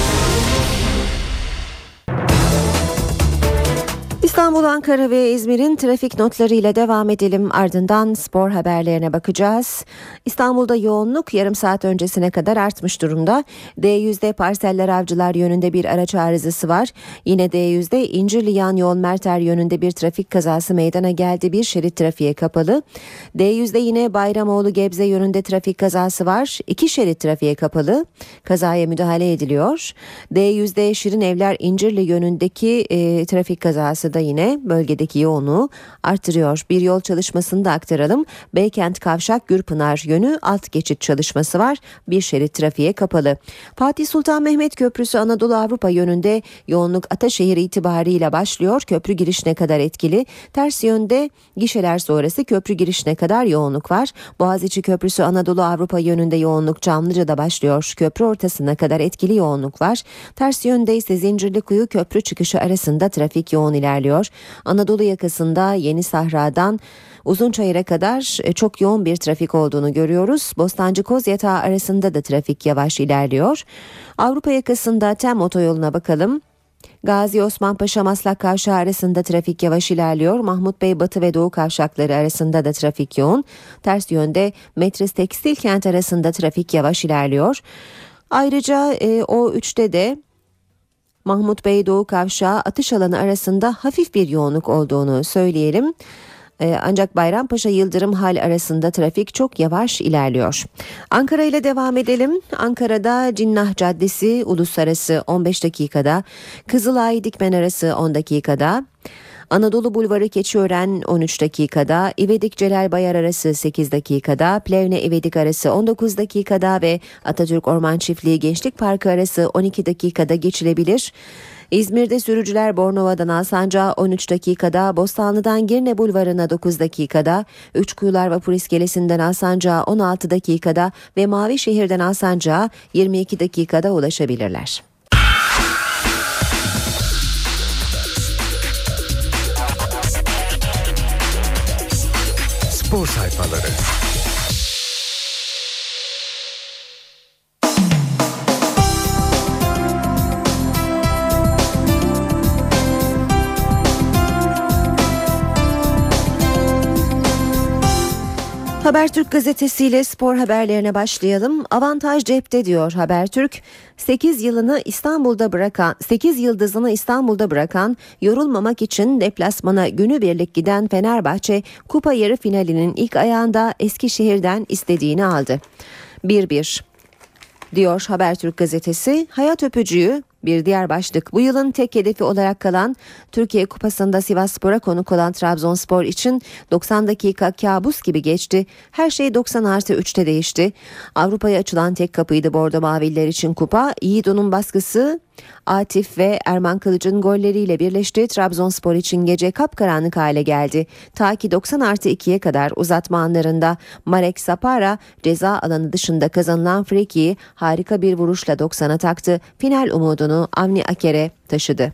İstanbul, Ankara ve İzmir'in trafik notlarıyla devam edelim. Ardından spor haberlerine bakacağız. İstanbul'da yoğunluk yarım saat öncesine kadar artmış durumda. D yüzde Parseller Avcılar yönünde bir araç arızası var. Yine D yüzde İncirli yan yol Merter yönünde bir trafik kazası meydana geldi. Bir şerit trafiğe kapalı. D yüzde yine Bayramoğlu Gebze yönünde trafik kazası var. İki şerit trafiğe kapalı. Kazaya müdahale ediliyor. D yüzde Şirin Evler İncirli yönündeki e, trafik kazası da yine nedeniyle bölgedeki yoğunluğu artırıyor. Bir yol çalışmasını da aktaralım. Beykent Kavşak Gürpınar yönü alt geçit çalışması var. Bir şerit trafiğe kapalı. Fatih Sultan Mehmet Köprüsü Anadolu Avrupa yönünde yoğunluk Ataşehir itibariyle başlıyor. Köprü girişine kadar etkili. Ters yönde gişeler sonrası köprü girişine kadar yoğunluk var. Boğaziçi Köprüsü Anadolu Avrupa yönünde yoğunluk Çamlıca'da başlıyor. Köprü ortasına kadar etkili yoğunluk var. Ters yönde ise Zincirlikuyu köprü çıkışı arasında trafik yoğun ilerliyor. Anadolu yakasında Yeni Sahra'dan Uzunçayır'a kadar çok yoğun bir trafik olduğunu görüyoruz. Bostancı Kozyatağı arasında da trafik yavaş ilerliyor. Avrupa yakasında Tem otoyoluna bakalım. Gazi Osman Paşa Maslak Kavşağı arasında trafik yavaş ilerliyor. Mahmut Bey Batı ve Doğu kavşakları arasında da trafik yoğun. Ters yönde Metris Tekstil Kent arasında trafik yavaş ilerliyor. Ayrıca e, O üçte de Mahmut Bey Doğu Kavşağı atış alanı arasında hafif bir yoğunluk olduğunu söyleyelim. Ancak Bayrampaşa Yıldırım Hal arasında trafik çok yavaş ilerliyor. Ankara ile devam edelim. Ankara'da Cinnah Caddesi Uluslararası on beş dakikada, Kızılay Dikmen arası on dakikada, Anadolu Bulvarı Keçiören on üç dakikada, İvedik Celal Bayar arası sekiz dakikada, Plevne İvedik arası on dokuz dakikada ve Atatürk Orman Çiftliği Gençlik Parkı arası on iki dakikada geçilebilir. İzmir'de sürücüler Bornova'dan Alsancak'a on üç dakikada, Bostanlı'dan Girne Bulvarı'na dokuz dakikada, Üçkuyular Vapur İskelesi'nden Alsancak'a on altı dakikada ve Mavişehir'den Alsancak'a yirmi iki dakikada ulaşabilirler. Spor sayfaları. Habertürk gazetesiyle spor haberlerine başlayalım. Avantaj cepte diyor Habertürk. sekiz yılını İstanbul'da bırakan, sekiz yıldızını İstanbul'da bırakan, yorulmamak için deplasmana günübirlik giden Fenerbahçe kupa yarı finalinin ilk ayağında Eskişehir'den istediğini aldı. bir bir diyor Habertürk gazetesi. Hayat öpücüğü bir diğer başlık. Bu yılın tek hedefi olarak kalan Türkiye Kupası'nda Sivasspor'a konuk olan Trabzonspor için doksan dakika kabus gibi geçti. Her şey doksan artı üçte değişti. Avrupa'ya açılan tek kapıydı Bordo Maviller için kupa. Yiğido'nun baskısı Atif ve Erman Kılıç'ın golleriyle birleşti. Trabzonspor için gece kapkaranlık hale geldi. Ta ki doksan artı ikiye kadar uzatma anlarında Marek Sapara ceza alanı dışında kazanılan frikiyi harika bir vuruşla doksana taktı. Final umudunu Avni Aker'e taşıdı.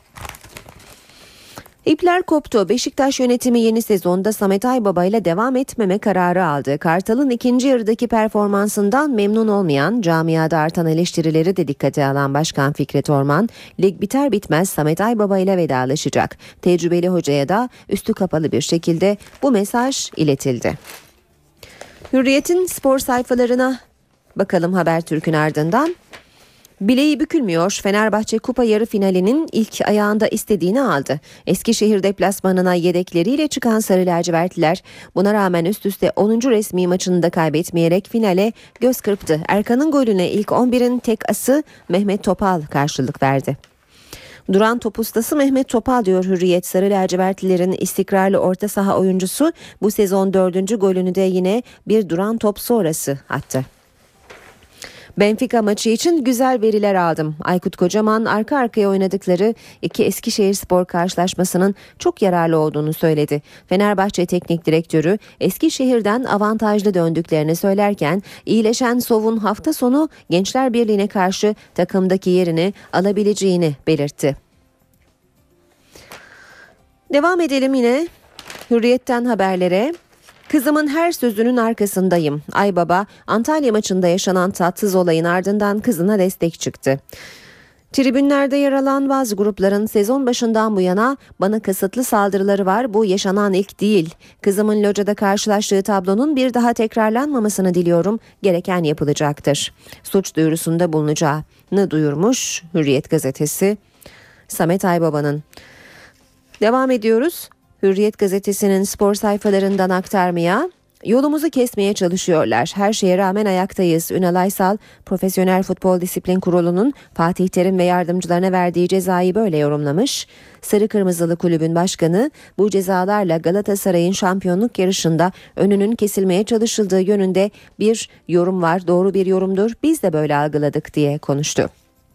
İpler koptu. Beşiktaş yönetimi yeni sezonda Samet Aybaba ile devam etmeme kararı aldı. Kartal'ın ikinci yarıdaki performansından memnun olmayan, camiada artan eleştirileri de dikkate alan Başkan Fikret Orman, lig biter bitmez Samet Aybaba ile vedalaşacak. Tecrübeli hocaya da üstü kapalı bir şekilde bu mesaj iletildi. Hürriyet'in spor sayfalarına bakalım Habertürk'ün ardından. Bileği bükülmüyor. Fenerbahçe kupa yarı finalinin ilk ayağında istediğini aldı. Eskişehir deplasmanına yedekleriyle çıkan Sarı Lacivertliler buna rağmen üst üste onuncu resmi maçını da kaybetmeyerek finale göz kırptı. Erkan'ın golüne ilk on birin tek ası Mehmet Topal karşılık verdi. Duran top ustası Mehmet Topal diyor Hürriyet. Sarı lacivertlilerin istikrarlı orta saha oyuncusu bu sezon dördüncü golünü de yine bir duran top sonrası attı. Benfica maçı için güzel veriler aldım. Aykut Kocaman arka arkaya oynadıkları iki Eskişehirspor karşılaşmasının çok yararlı olduğunu söyledi. Fenerbahçe Teknik Direktörü Eskişehir'den avantajlı döndüklerini söylerken iyileşen Sov'un hafta sonu Gençler Birliği'ne karşı takımdaki yerini alabileceğini belirtti. Devam edelim yine Hürriyet'ten haberlere. Kızımın her sözünün arkasındayım. Aybaba Antalya maçında yaşanan tatsız olayın ardından kızına destek çıktı. Tribünlerde yer alan bazı grupların sezon başından bu yana bana kasıtlı saldırıları var. Bu yaşanan ilk değil. Kızımın locada karşılaştığı tablonun bir daha tekrarlanmamasını diliyorum. Gereken yapılacaktır. Suç duyurusunda bulunacağını duyurmuş Hürriyet gazetesi Samet Aybaba'nın. Devam ediyoruz. Hürriyet gazetesinin spor sayfalarından aktarmaya. Yolumuzu kesmeye çalışıyorlar. Her şeye rağmen ayaktayız. Ünal Aysal, Profesyonel Futbol Disiplin Kurulu'nun Fatih Terim ve yardımcılarına verdiği cezayı böyle yorumlamış. Sarı Kırmızılı Kulübün başkanı bu cezalarla Galatasaray'ın şampiyonluk yarışında önünün kesilmeye çalışıldığı yönünde bir yorum var. Doğru bir yorumdur. Biz de böyle algıladık diye konuştu.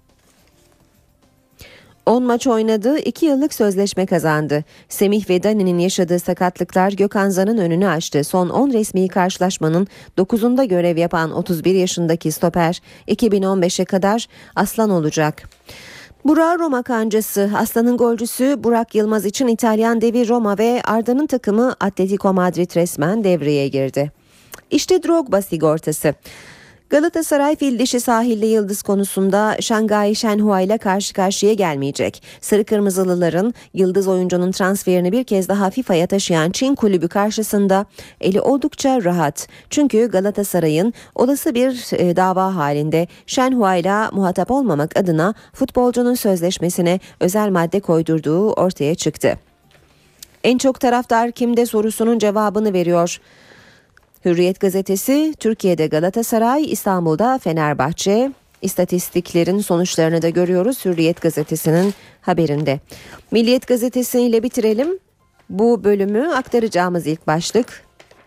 on maç oynadı, iki yıllık sözleşme kazandı. Semih ve Dani'nin yaşadığı sakatlıklar Gökhan Zan'ın önünü açtı. Son on resmi karşılaşmanın dokuzunda görev yapan otuz bir yaşındaki stoper iki bin on beşe kadar Aslan olacak. Burak Roma kancası. Aslan'ın golcüsü Burak Yılmaz için İtalyan devi Roma ve Arda'nın takımı Atletico Madrid resmen devreye girdi. İşte Drogba sigortası. Galatasaray fil dişi sahilli yıldız konusunda Şangay Shenhua ile karşı karşıya gelmeyecek. Sarı Kırmızılıların yıldız oyuncunun transferini bir kez daha FIFA'ya taşıyan Çin kulübü karşısında eli oldukça rahat. Çünkü Galatasaray'ın olası bir e, dava halinde Shenhua ile muhatap olmamak adına futbolcunun sözleşmesine özel madde koydurduğu ortaya çıktı. En çok taraftar kimde sorusunun cevabını veriyor. Hürriyet gazetesi Türkiye'de Galatasaray, İstanbul'da Fenerbahçe. İstatistiklerin sonuçlarını da görüyoruz Hürriyet gazetesinin haberinde. Milliyet gazetesiyle bitirelim. Bu bölümü aktaracağımız ilk başlık.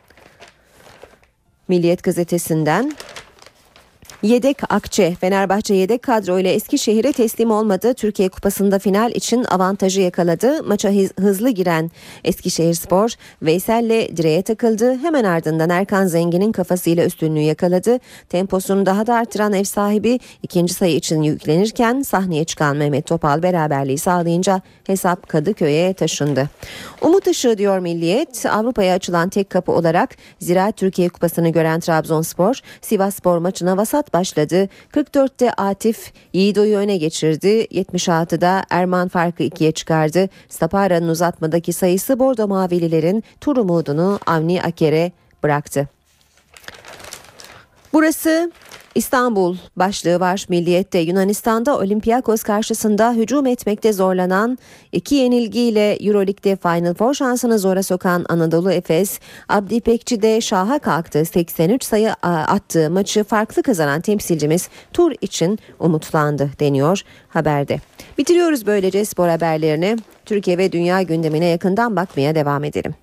Milliyet gazetesinden. Yedek Akçe, Fenerbahçe yedek kadro ile Eskişehir'e teslim olmadı. Türkiye Kupası'nda final için avantajı yakaladı. Maça hızlı giren Eskişehirspor Veysel'le direğe takıldı. Hemen ardından Erkan Zengin'in kafasıyla üstünlüğü yakaladı. Temposunu daha da artıran ev sahibi ikinci sayı için yüklenirken sahneye çıkan Mehmet Topal beraberliği sağlayınca hesap Kadıköy'e taşındı. Umut ışığı diyor Milliyet. Avrupa'ya açılan tek kapı olarak Ziraat Türkiye Kupası'nı gören Trabzonspor Sivasspor maçına vasat başladı. kırk dörtte Atif Yiğido'yu öne geçirdi. yetmiş altıda Erman farkı ikiye çıkardı. Stapara'nın uzatmadaki sayısı Bordo Mavililerin tur umudunu Avni Aker'e bıraktı. Burası İstanbul başlığı var Milliyet'te. Yunanistan'da Olympiakos karşısında hücum etmekte zorlanan iki yenilgiyle Euroleague'de Final Four şansını zora sokan Anadolu Efes, Abdi İpekçi'de şaha kalktı. seksen üç sayı attığı maçı farklı kazanan temsilcimiz tur için umutlandı deniyor haberde. Bitiriyoruz böylece spor haberlerini. Türkiye ve dünya gündemine yakından bakmaya devam edelim.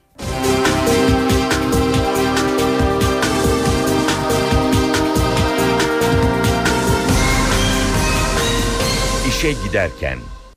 İşe giderken.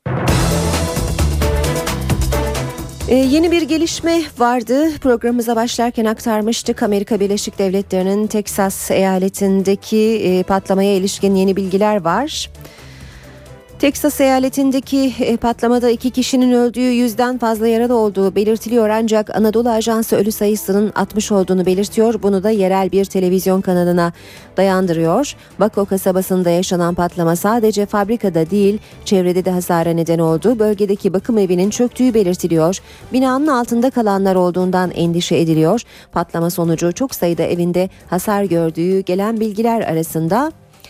Ee, yeni bir gelişme vardı. Programımıza başlarken aktarmıştık. Amerika Birleşik Devletleri'nin Teksas eyaletindeki e, patlamaya ilişkin yeni bilgiler var. Teksas eyaletindeki patlamada iki kişinin öldüğü, yüzden fazla yaralı olduğu belirtiliyor ancak Anadolu Ajansı ölü sayısının altmış olduğunu belirtiyor. Bunu da yerel bir televizyon kanalına dayandırıyor. Waco kasabasında yaşanan patlama sadece fabrikada değil, çevrede de hasara neden oldu. Bölgedeki bakım evinin çöktüğü belirtiliyor. Binanın altında kalanlar olduğundan endişe ediliyor. Patlama sonucu çok sayıda evinde hasar gördüğü gelen bilgiler arasında.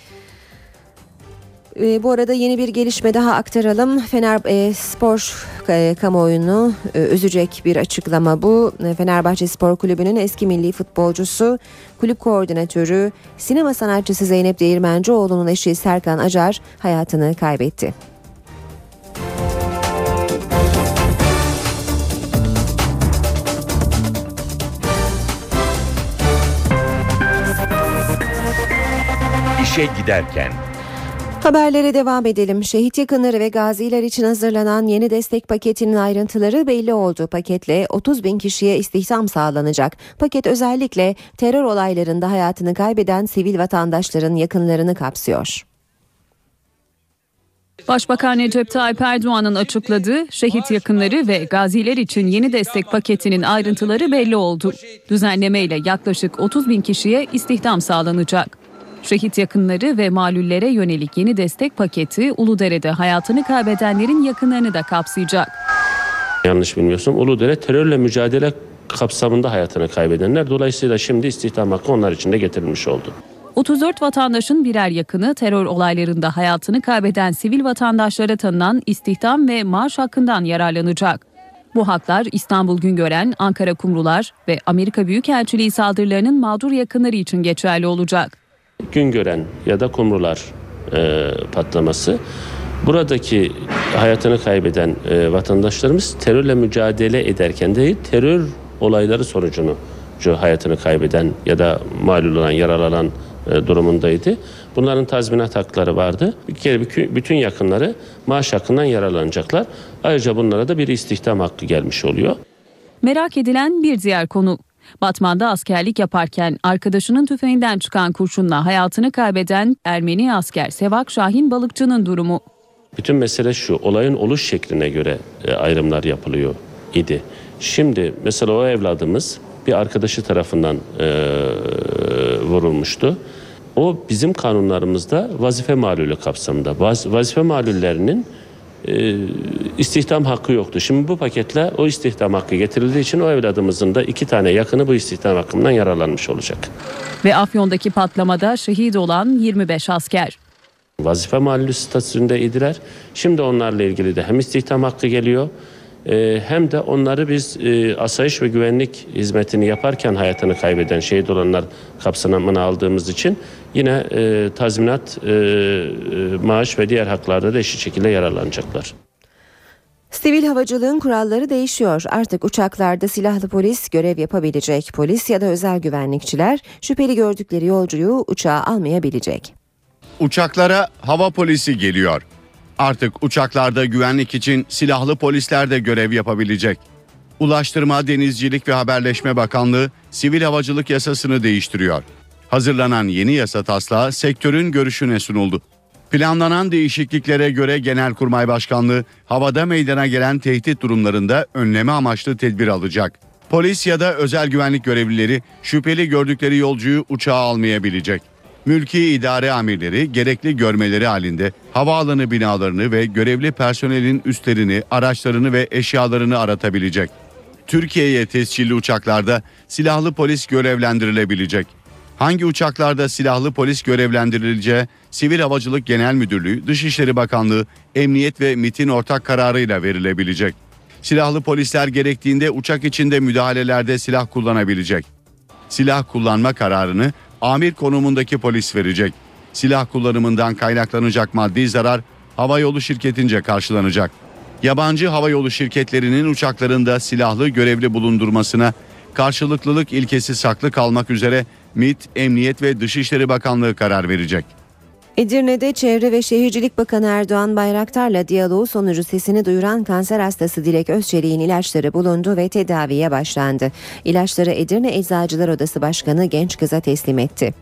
E, bu arada yeni bir gelişme daha aktaralım. Fener e, Spor e, kamuoyunu e, üzecek bir açıklama bu. E, Fenerbahçe Spor Kulübü'nün eski milli futbolcusu, kulüp koordinatörü, sinema sanatçısı Zeynep Değirmencioğlu'nun eşi Serkan Acar hayatını kaybetti. İşe giderken. Haberlere devam edelim. Şehit yakınları ve gaziler için hazırlanan yeni destek paketinin ayrıntıları belli oldu. Paketle otuz bin kişiye istihdam sağlanacak. Paket özellikle terör olaylarında hayatını kaybeden sivil vatandaşların yakınlarını kapsıyor. Başbakan Recep Tayyip Erdoğan'ın açıkladığı şehit yakınları ve gaziler için yeni destek paketinin ayrıntıları belli oldu. Düzenlemeyle yaklaşık otuz bin kişiye istihdam sağlanacak. Şehit yakınları ve malüllere yönelik yeni destek paketi Uludere'de hayatını kaybedenlerin yakınlarını da kapsayacak. Yanlış bilmiyorsam Uludere terörle mücadele kapsamında hayatını kaybedenler. Dolayısıyla şimdi istihdam hakkı onlar için de getirilmiş oldu. otuz dört vatandaşın birer yakını terör olaylarında hayatını kaybeden sivil vatandaşlara tanınan istihdam ve maaş hakkından yararlanacak. Bu haklar İstanbul Güngören, Ankara Kumrular ve Amerika Büyükelçiliği saldırılarının mağdur yakınları için geçerli olacak. Güngören ya da Kumrular e, patlaması, buradaki hayatını kaybeden e, vatandaşlarımız terörle mücadele ederken değil, terör olayları sonucunu hayatını kaybeden ya da mağlup olan, yaralanan e, durumundaydı. Bunların tazminat hakları vardı. Bir kere bütün yakınları maaş hakkından yararlanacaklar. Ayrıca bunlara da bir istihdam hakkı gelmiş oluyor. Merak edilen bir diğer konu. Batman'da askerlik yaparken arkadaşının tüfeğinden çıkan kurşunla hayatını kaybeden Ermeni asker Sevak Şahin Balıkçı'nın durumu. Bütün mesele şu, olayın oluş şekline göre e, ayrımlar yapılıyor idi. Şimdi mesela o evladımız bir arkadaşı tarafından e, vurulmuştu. O bizim kanunlarımızda vazife malulü kapsamında. Vaz, vazife malullerinin e, istihdam hakkı yoktu. Şimdi bu paketle o istihdam hakkı getirildiği için o evladımızın da iki tane yakını bu istihdam hakkından yararlanmış olacak. Ve Afyon'daki patlamada şehit olan yirmi beş asker. Vazife malulü statüsündeydiler. Şimdi onlarla ilgili de hem istihdam hakkı geliyor, hem de onları biz asayiş ve güvenlik hizmetini yaparken hayatını kaybeden, şehit olanlar kapsamına aldığımız için yine tazminat, maaş ve diğer haklarda da eşit şekilde yararlanacaklar. Sivil havacılığın kuralları değişiyor. Artık uçaklarda silahlı polis görev yapabilecek. Polis ya da özel güvenlikçiler şüpheli gördükleri yolcuyu uçağa almayabilecek. Uçaklara hava polisi geliyor. Artık uçaklarda güvenlik için silahlı polisler de görev yapabilecek. Ulaştırma, Denizcilik ve Haberleşme Bakanlığı sivil havacılık yasasını değiştiriyor. Hazırlanan yeni yasa taslağı sektörün görüşüne sunuldu. Planlanan değişikliklere göre Genelkurmay Başkanlığı havada meydana gelen tehdit durumlarında önleme amaçlı tedbir alacak. Polis ya da özel güvenlik görevlileri şüpheli gördükleri yolcuyu uçağa almayabilecek. Mülki idare amirleri gerekli görmeleri halinde havaalanı binalarını ve görevli personelin üslerini, araçlarını ve eşyalarını aratabilecek. Türkiye'ye tescilli uçaklarda silahlı polis görevlendirilebilecek. Hangi uçaklarda silahlı polis görevlendirileceği Sivil Havacılık Genel Müdürlüğü, Dışişleri Bakanlığı, Emniyet ve MİT'in ortak kararıyla verilebilecek. Silahlı polisler gerektiğinde uçak içinde müdahalelerde silah kullanabilecek. Silah kullanma kararını amir konumundaki polis verecek. Silah kullanımından kaynaklanacak maddi zarar havayolu şirketince karşılanacak. Yabancı havayolu şirketlerinin uçaklarında silahlı görevli bulundurmasına karşılıklılık ilkesi saklı kalmak üzere MİT, Emniyet ve Dışişleri Bakanlığı karar verecek. Edirne'de Çevre ve Şehircilik Bakanı Erdoğan Bayraktar'la diyaloğu sonucu sesini duyuran kanser hastası Dilek Özçelik'in ilaçları bulundu ve tedaviye başlandı. İlaçları Edirne Eczacılar Odası Başkanı genç kıza teslim etti.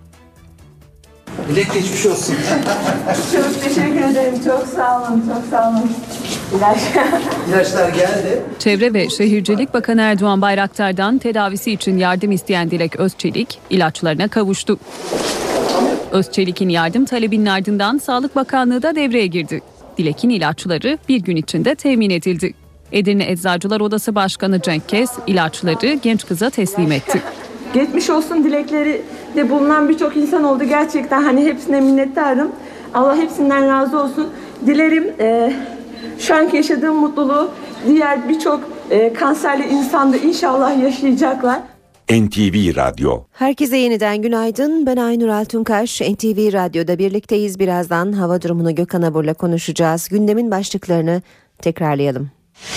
Dilek geçmiş olsun. Çok teşekkür ederim. Çok sağ olun. Çok sağ olun. İlaç. İlaçlar geldi. Çevre ve Şehircilik Bakanı Erdoğan Bayraktar'dan tedavisi için yardım isteyen Dilek Özçelik ilaçlarına kavuştu. Özçelik'in yardım talebinin ardından Sağlık Bakanlığı da devreye girdi. Dilek'in ilaçları bir gün içinde temin edildi. Edirne Eczacılar Odası Başkanı Cenk Kes ilaçları genç kıza teslim etti. Geçmiş olsun dilekleri de bulunan birçok insan oldu. Gerçekten hani hepsine minnettarım. Allah hepsinden razı olsun. Dilerim e, şu anki yaşadığım mutluluğu diğer birçok e, kanserli insan da inşallah yaşayacaklar. N T V Radyo. Herkese yeniden günaydın. Ben Aynur Altunkaş. N T V Radyo'da birlikteyiz. Birazdan hava durumunu Gökhan Abur'la konuşacağız. Gündemin başlıklarını tekrarlayalım.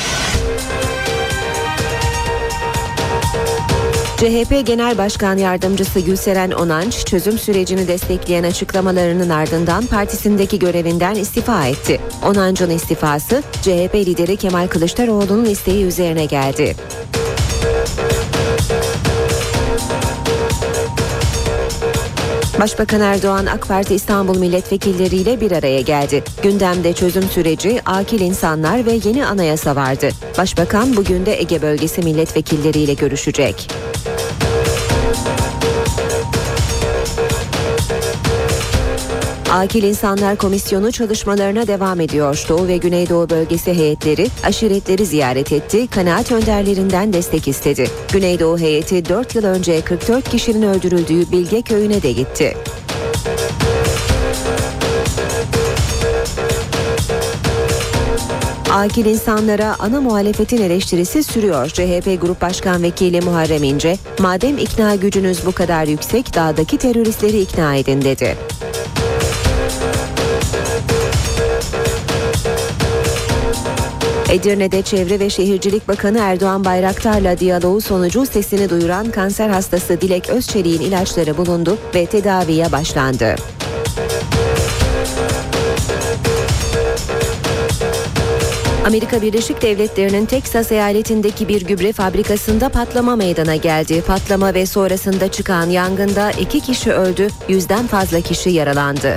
C H P Genel Başkan Yardımcısı Gülseren Onanç, çözüm sürecini destekleyen açıklamalarının ardından partisindeki görevinden istifa etti. Onanç'ın istifası, C H P lideri Kemal Kılıçdaroğlu'nun isteği üzerine geldi. Başbakan Erdoğan AK Parti İstanbul milletvekilleriyle bir araya geldi. Gündemde çözüm süreci, akil insanlar ve yeni anayasa vardı. Başbakan bugün de Ege bölgesi milletvekilleriyle görüşecek. Akil İnsanlar Komisyonu çalışmalarına devam ediyor. Doğu ve Güneydoğu bölgesi heyetleri aşiretleri ziyaret etti, kanaat önderlerinden destek istedi. Güneydoğu heyeti dört yıl önce kırk dört kişinin öldürüldüğü Bilge köyüne de gitti. Akil insanlara ana muhalefetin eleştirisi sürüyor. C H P Grup Başkan Vekili Muharrem İnce, madem ikna gücünüz bu kadar yüksek, dağdaki teröristleri ikna edin dedi. Edirne'de Çevre ve Şehircilik Bakanı Erdoğan Bayraktar'la diyaloğu sonucu sesini duyuran kanser hastası Dilek Özçelik'in ilaçları bulundu ve tedaviye başlandı. Amerika Birleşik Devletleri'nin Teksas eyaletindeki bir gübre fabrikasında patlama meydana geldi. Patlama ve sonrasında çıkan yangında iki kişi öldü, yüzden fazla kişi yaralandı.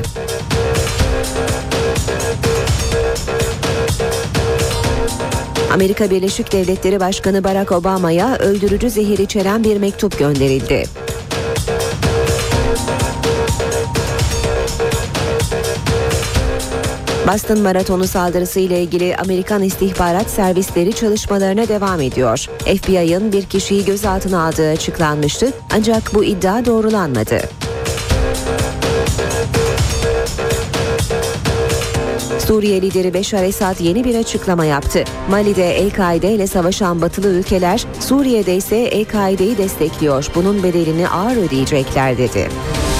Amerika Birleşik Devletleri Başkanı Barack Obama'ya öldürücü zehir içeren bir mektup gönderildi. Boston Maratonu saldırısı ile ilgili Amerikan istihbarat servisleri çalışmalarına devam ediyor. F B I'ın bir kişiyi gözaltına aldığı açıklanmıştı, ancak bu iddia doğrulanmadı. Suriye lideri Beşar Esad yeni bir açıklama yaptı. Mali'de El-Kaide ile savaşan batılı ülkeler, Suriye'de ise El-Kaide'yi destekliyor. Bunun bedelini ağır ödeyecekler dedi.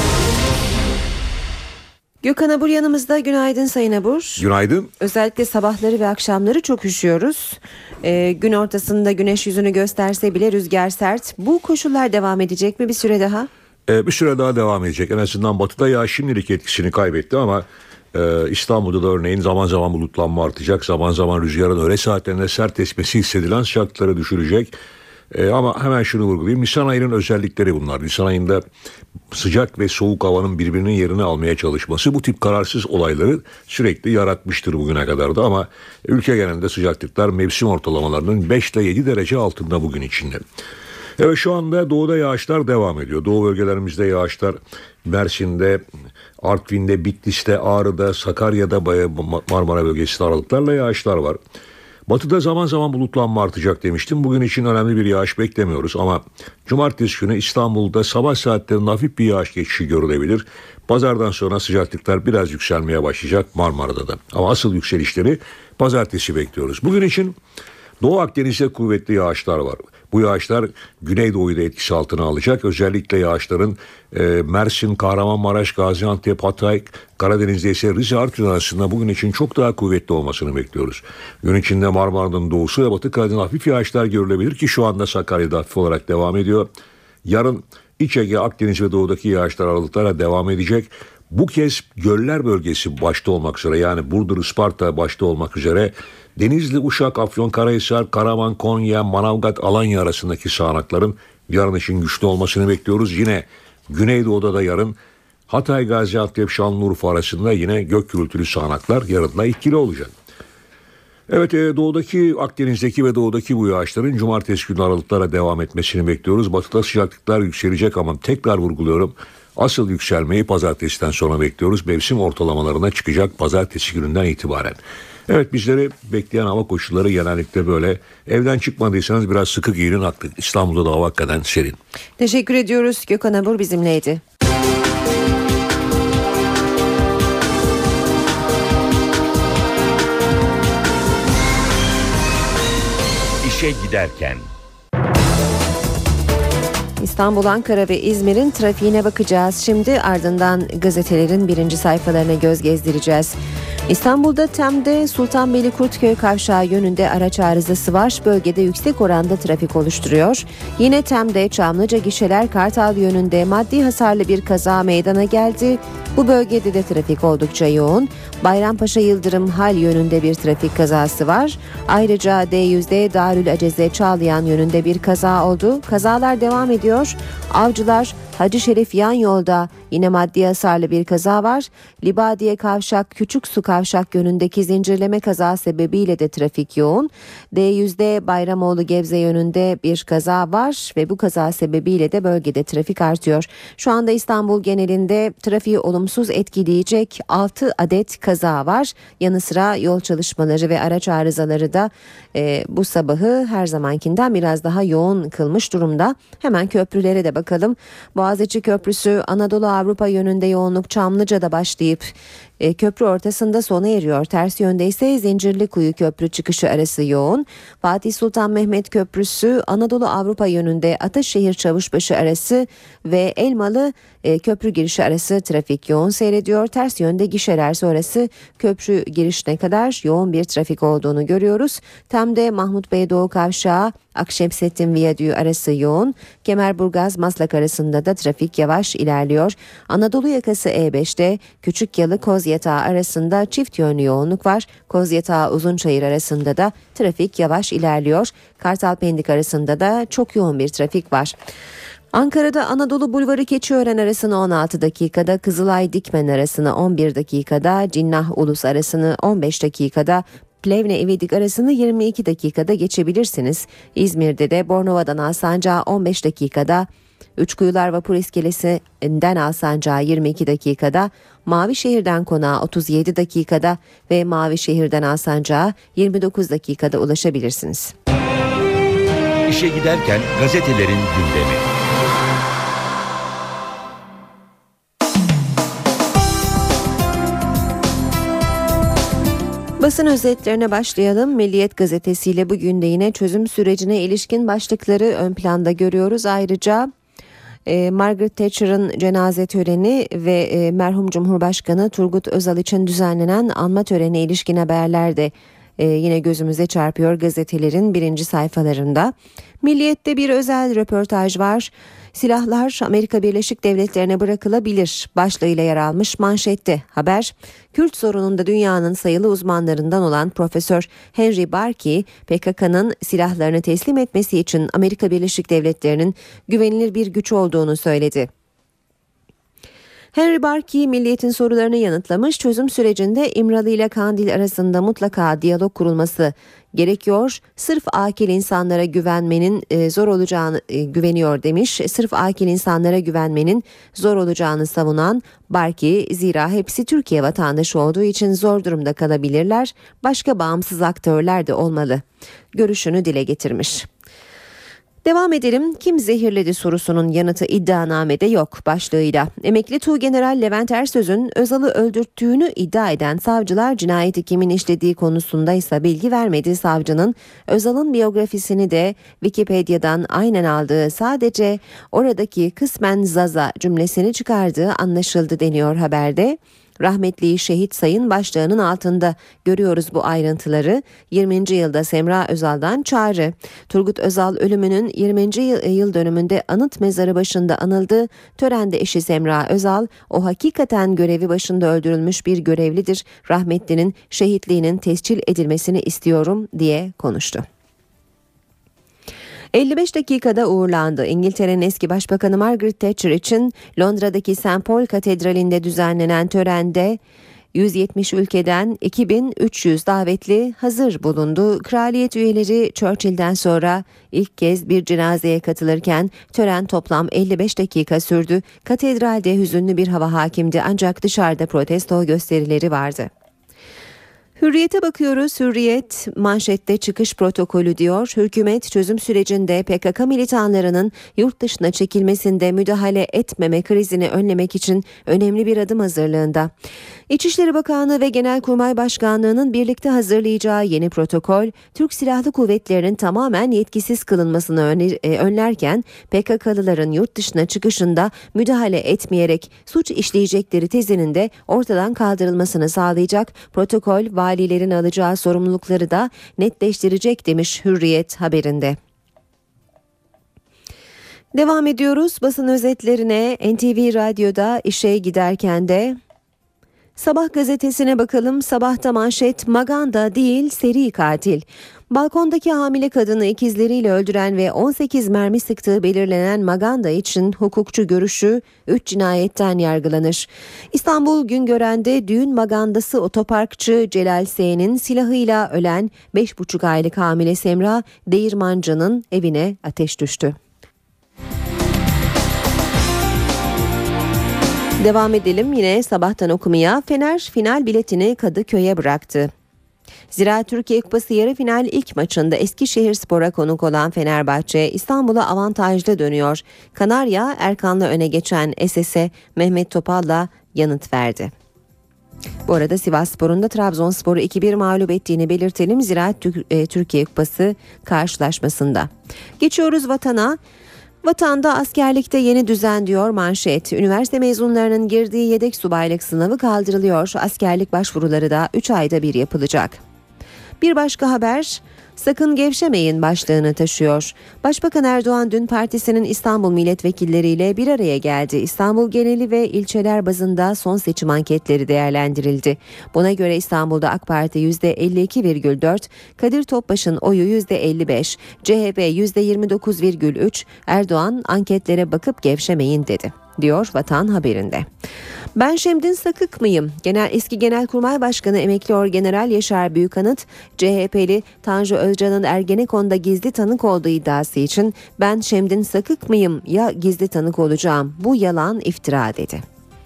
Gökhan Abur yanımızda. Günaydın Sayın Abur. Günaydın. Özellikle sabahları ve akşamları çok üşüyoruz. Ee, gün ortasında güneş yüzünü gösterse bile rüzgar sert. Bu koşullar devam edecek mi bir süre daha? Ee, bir süre daha devam edecek. En azından batıda yağış şimdilik etkisini kaybetti ama e, İstanbul'da da örneğin zaman zaman bulutlanma artacak. Zaman zaman rüzgarın öğle saatlerinde sert esmesi hissedilen sıcaklıkları düşürecek. Ee, ama hemen şunu vurgulayayım. Nisan ayının özellikleri bunlar. Nisan ayında sıcak ve soğuk havanın birbirinin yerini almaya çalışması bu tip kararsız olayları sürekli yaratmıştır bugüne kadar da, ama ülke genelinde sıcaklıklar mevsim ortalamalarının beş ile yedi derece altında bugün içinde. Evet, şu anda doğuda yağışlar devam ediyor. Doğu bölgelerimizde yağışlar Mersin'de, Artvin'de, Bitlis'te, Ağrı'da, Sakarya'da, Marmara bölgesinde aralıklarla yağışlar var. Batıda zaman zaman bulutlanma artacak demiştim. Bugün için önemli bir yağış beklemiyoruz ama cumartesi günü İstanbul'da sabah saatlerinde hafif bir yağış geçişi görülebilir. Pazardan sonra sıcaklıklar biraz yükselmeye başlayacak Marmara'da da. Ama asıl yükselişleri pazartesi bekliyoruz. Bugün için Doğu Akdeniz'de kuvvetli yağışlar var. Bu yağışlar Güneydoğu'yu da etkisi altına alacak. Özellikle yağışların e, Mersin, Kahramanmaraş, Gaziantep, Hatay, Karadeniz'de ise Rize, Artvin arasında bugün için çok daha kuvvetli olmasını bekliyoruz. Gün içinde Marmara'nın doğusu ve Batı Karadeniz'de hafif yağışlar görülebilir ki şu anda Sakarya'da hafif olarak devam ediyor. Yarın İç Ege, Akdeniz ve Doğu'daki yağışlar aralıklarla devam edecek. Bu kez göller bölgesi başta olmak üzere, yani Burdur, Isparta başta olmak üzere Denizli, Uşak, Afyonkarahisar, Karaman, Konya, Manavgat, Alanya arasındaki sağanakların yarın için güçlü olmasını bekliyoruz. Yine Güneydoğu'da da yarın Hatay, Gaziantep, Şanlıurfa arasında yine gök gürültülü sağanaklar yarın da etkili olacak. Evet, doğudaki, Akdeniz'deki ve doğudaki bu yağışların cumartesi günü aralıklara devam etmesini bekliyoruz. Batıda sıcaklıklar yükselecek ama tekrar vurguluyorum, asıl yükselmeyi pazartesiden sonra bekliyoruz. Mevsim ortalamalarına çıkacak pazartesi gününden itibaren. Evet, bizleri bekleyen hava koşulları genellikle böyle. Evden çıkmadıysanız biraz sıkı giyinin, haklı. İstanbul'da da hava hakikaten serin. Teşekkür ediyoruz. Gökhan Abur bizimleydi. İşe giderken. İstanbul, Ankara ve İzmir'in trafiğine bakacağız. Şimdi ardından gazetelerin birinci sayfalarına göz gezdireceğiz. İstanbul'da Tem'de Sultanbeyli Kurtköy kavşağı yönünde araç arızası var. Bölgede yüksek oranda trafik oluşturuyor. Yine Tem'de Çamlıca Gişeler Kartal yönünde maddi hasarlı bir kaza meydana geldi. Bu bölgede de trafik oldukça yoğun. Bayrampaşa Yıldırım Hal yönünde bir trafik kazası var. Ayrıca D yüzde Darül Aceze Çağlayan yönünde bir kaza oldu. Kazalar devam ediyor. Avcılar Hacı Şerif yan yolda yine maddi hasarlı bir kaza var. Libadiye Kavşak Küçük Su Kavşak yönündeki zincirleme kaza sebebiyle de trafik yoğun. D yüzde Bayramoğlu Gebze yönünde bir kaza var ve bu kaza sebebiyle de bölgede trafik artıyor. Şu anda İstanbul genelinde trafiği olumsuz etkileyecek altı adet kaza var. Yanı sıra yol çalışmaları ve araç arızaları da e, bu sabahı her zamankinden biraz daha yoğun kılmış durumda. Hemen köprülere de bakalım. Boğaziçi Köprüsü Anadolu Avrupa yönünde yoğunluk Çamlıca'da başlayıp e, köprü ortasında sona eriyor. Ters yönde ise Zincirlikuyu Köprü çıkışı arası yoğun. Fatih Sultan Mehmet Köprüsü Anadolu Avrupa yönünde Ataşehir Çavuşbaşı arası ve Elmalı e, köprü girişi arası trafik yoğun seyrediyor. Ters yönde gişeler sonrası köprü girişine kadar yoğun bir trafik olduğunu görüyoruz. Tem'de Mahmut Bey Doğu Kavşağı Akşemsettin Viyadüğü arası yoğun. Kemerburgaz Maslak arasında da trafik yavaş ilerliyor. Anadolu yakası E beşte Küçükyalı Kozyatağı arasında çift yönlü yoğunluk var. Kozyatağı Uzunçayır arasında da trafik yavaş ilerliyor. Kartal Pendik arasında da çok yoğun bir trafik var. Ankara'da Anadolu Bulvarı Keçiören arasını on altı dakikada, Kızılay Dikmen arasını on bir dakikada, Cinnah Ulus arasını on beş dakikada, Plevne İvedik arasını yirmi iki dakikada geçebilirsiniz. İzmir'de de Bornova'dan Alsancak'a on beş dakikada, Üçkuyular Vapur İskelesi'nden Alsancak'a yirmi iki dakikada, Mavişehir'den Konağa otuz yedi dakikada ve Mavişehir'den Alsancak'a yirmi dokuz dakikada ulaşabilirsiniz. İşe giderken gazetelerin gündemi. Basın özetlerine başlayalım. Milliyet gazetesiyle bugün de yine çözüm sürecine ilişkin başlıkları ön planda görüyoruz. Ayrıca e, Margaret Thatcher'ın cenaze töreni ve e, merhum Cumhurbaşkanı Turgut Özal için düzenlenen anma töreni ilişkin haberler de e, yine gözümüze çarpıyor gazetelerin birinci sayfalarında. Milliyet'te bir özel röportaj var. Silahlar Amerika Birleşik Devletleri'ne bırakılabilir başlığıyla yer almış manşette haber. Kürt sorununda dünyanın sayılı uzmanlarından olan Profesör Henry Barkey, P K K'nın silahlarını teslim etmesi için Amerika Birleşik Devletleri'nin güvenilir bir güç olduğunu söyledi. Henry Barkey Milliyet'in sorularını yanıtlamış, çözüm sürecinde İmralı ile Kandil arasında mutlaka diyalog kurulması gerekiyor. Sırf akil insanlara güvenmenin e, zor olacağını e, güveniyor demiş. Sırf akil insanlara güvenmenin zor olacağını savunan Barkey, zira hepsi Türkiye vatandaşı olduğu için zor durumda kalabilirler. Başka bağımsız aktörler de olmalı görüşünü dile getirmiş. Devam edelim. Kim zehirledi sorusunun yanıtı iddianamede yok başlığıyla. Emekli Tuğgeneral Levent Ersöz'ün Özal'ı öldürttüğünü iddia eden savcılar cinayeti kimin işlediği konusunda ise bilgi vermedi. Savcının Özal'ın biyografisini de Wikipedia'dan aynen aldığı, sadece oradaki kısmen Zaza cümlesini çıkardığı anlaşıldı deniyor haberde. Rahmetli şehit sayın başlığının altında görüyoruz bu ayrıntıları. yirminci yılda Semra Özal'dan çağrı. Turgut Özal ölümünün yirminci yıl dönümünde anıt mezarı başında anıldı. Törende eşi Semra Özal, o hakikaten görevi başında öldürülmüş bir görevlidir. Rahmetlinin şehitliğinin tescil edilmesini istiyorum diye konuştu. elli beş dakikada uğurlandı. İngiltere'nin eski başbakanı Margaret Thatcher için Londra'daki Saint Paul Katedrali'nde düzenlenen törende yüz yetmiş ülkeden iki bin üç yüz davetli hazır bulundu. Kraliyet üyeleri Churchill'den sonra ilk kez bir cenazeye katılırken tören toplam elli beş dakika sürdü. Katedralde hüzünlü bir hava hakimdi, ancak dışarıda protesto gösterileri vardı. Hürriyete bakıyoruz. Hürriyet manşette çıkış protokolü diyor. Hükümet çözüm sürecinde P K K militanlarının yurt dışına çekilmesinde müdahale etmeme krizini önlemek için önemli bir adım hazırlığında. İçişleri Bakanlığı ve Genelkurmay Başkanlığı'nın birlikte hazırlayacağı yeni protokol, Türk Silahlı Kuvvetleri'nin tamamen yetkisiz kılınmasını önlerken P K K'lıların yurt dışına çıkışında müdahale etmeyerek suç işleyecekleri tezinin de ortadan kaldırılmasını sağlayacak. Protokol valilerin alacağı sorumlulukları da netleştirecek demiş Hürriyet haberinde. Devam ediyoruz basın özetlerine. N T V Radyo'da işe giderken de Sabah gazetesine bakalım. Sabahta manşet Maganda değil seri katil. Balkondaki hamile kadını ikizleriyle öldüren ve on sekiz mermi sıktığı belirlenen Maganda için hukukçu görüşü üç cinayetten yargılanır. İstanbul Güngören'de düğün magandası otoparkçı Celal S'nin silahıyla ölen beş buçuk aylık hamile Semra Değirmancı'nın evine ateş düştü. Devam edelim yine sabahtan okumaya. Fener final biletini Kadıköy'e bıraktı. Zira Türkiye Kupası yarı final ilk maçında Eskişehirspor'a konuk olan Fenerbahçe İstanbul'a avantajlı dönüyor. Kanarya Erkan'la öne geçen S S'e Mehmet Topal'la yanıt verdi. Bu arada Sivasspor'un da Trabzonspor'u iki bir mağlup ettiğini belirtelim. Ziraat Türkiye Kupası karşılaşmasında. Geçiyoruz vatana. Vatanda askerlikte yeni düzen diyor manşet. Üniversite mezunlarının girdiği yedek subaylık sınavı kaldırılıyor. Askerlik başvuruları da üç ayda bir yapılacak. Bir başka haber, sakın gevşemeyin başlığını taşıyor. Başbakan Erdoğan dün partisinin İstanbul milletvekilleriyle bir araya geldi. İstanbul geneli ve ilçeler bazında son seçim anketleri değerlendirildi. Buna göre İstanbul'da AK Parti yüzde elli iki virgül dört, Kadir Topbaş'ın oyu yüzde elli beş, C H P yüzde yirmi dokuz virgül üç, Erdoğan anketlere bakıp gevşemeyin dedi, diyor Vatan haberinde. Ben Şemdin Sakık mıyım? Genel eski Genelkurmay Başkanı Emekli Orgeneral Yaşar Büyükanıt, C H P'li Tanju Özcan'ın Ergenekon'da gizli tanık olduğu iddiası için ben Şemdin Sakık mıyım ya gizli tanık olacağım? Bu yalan, iftira dedi.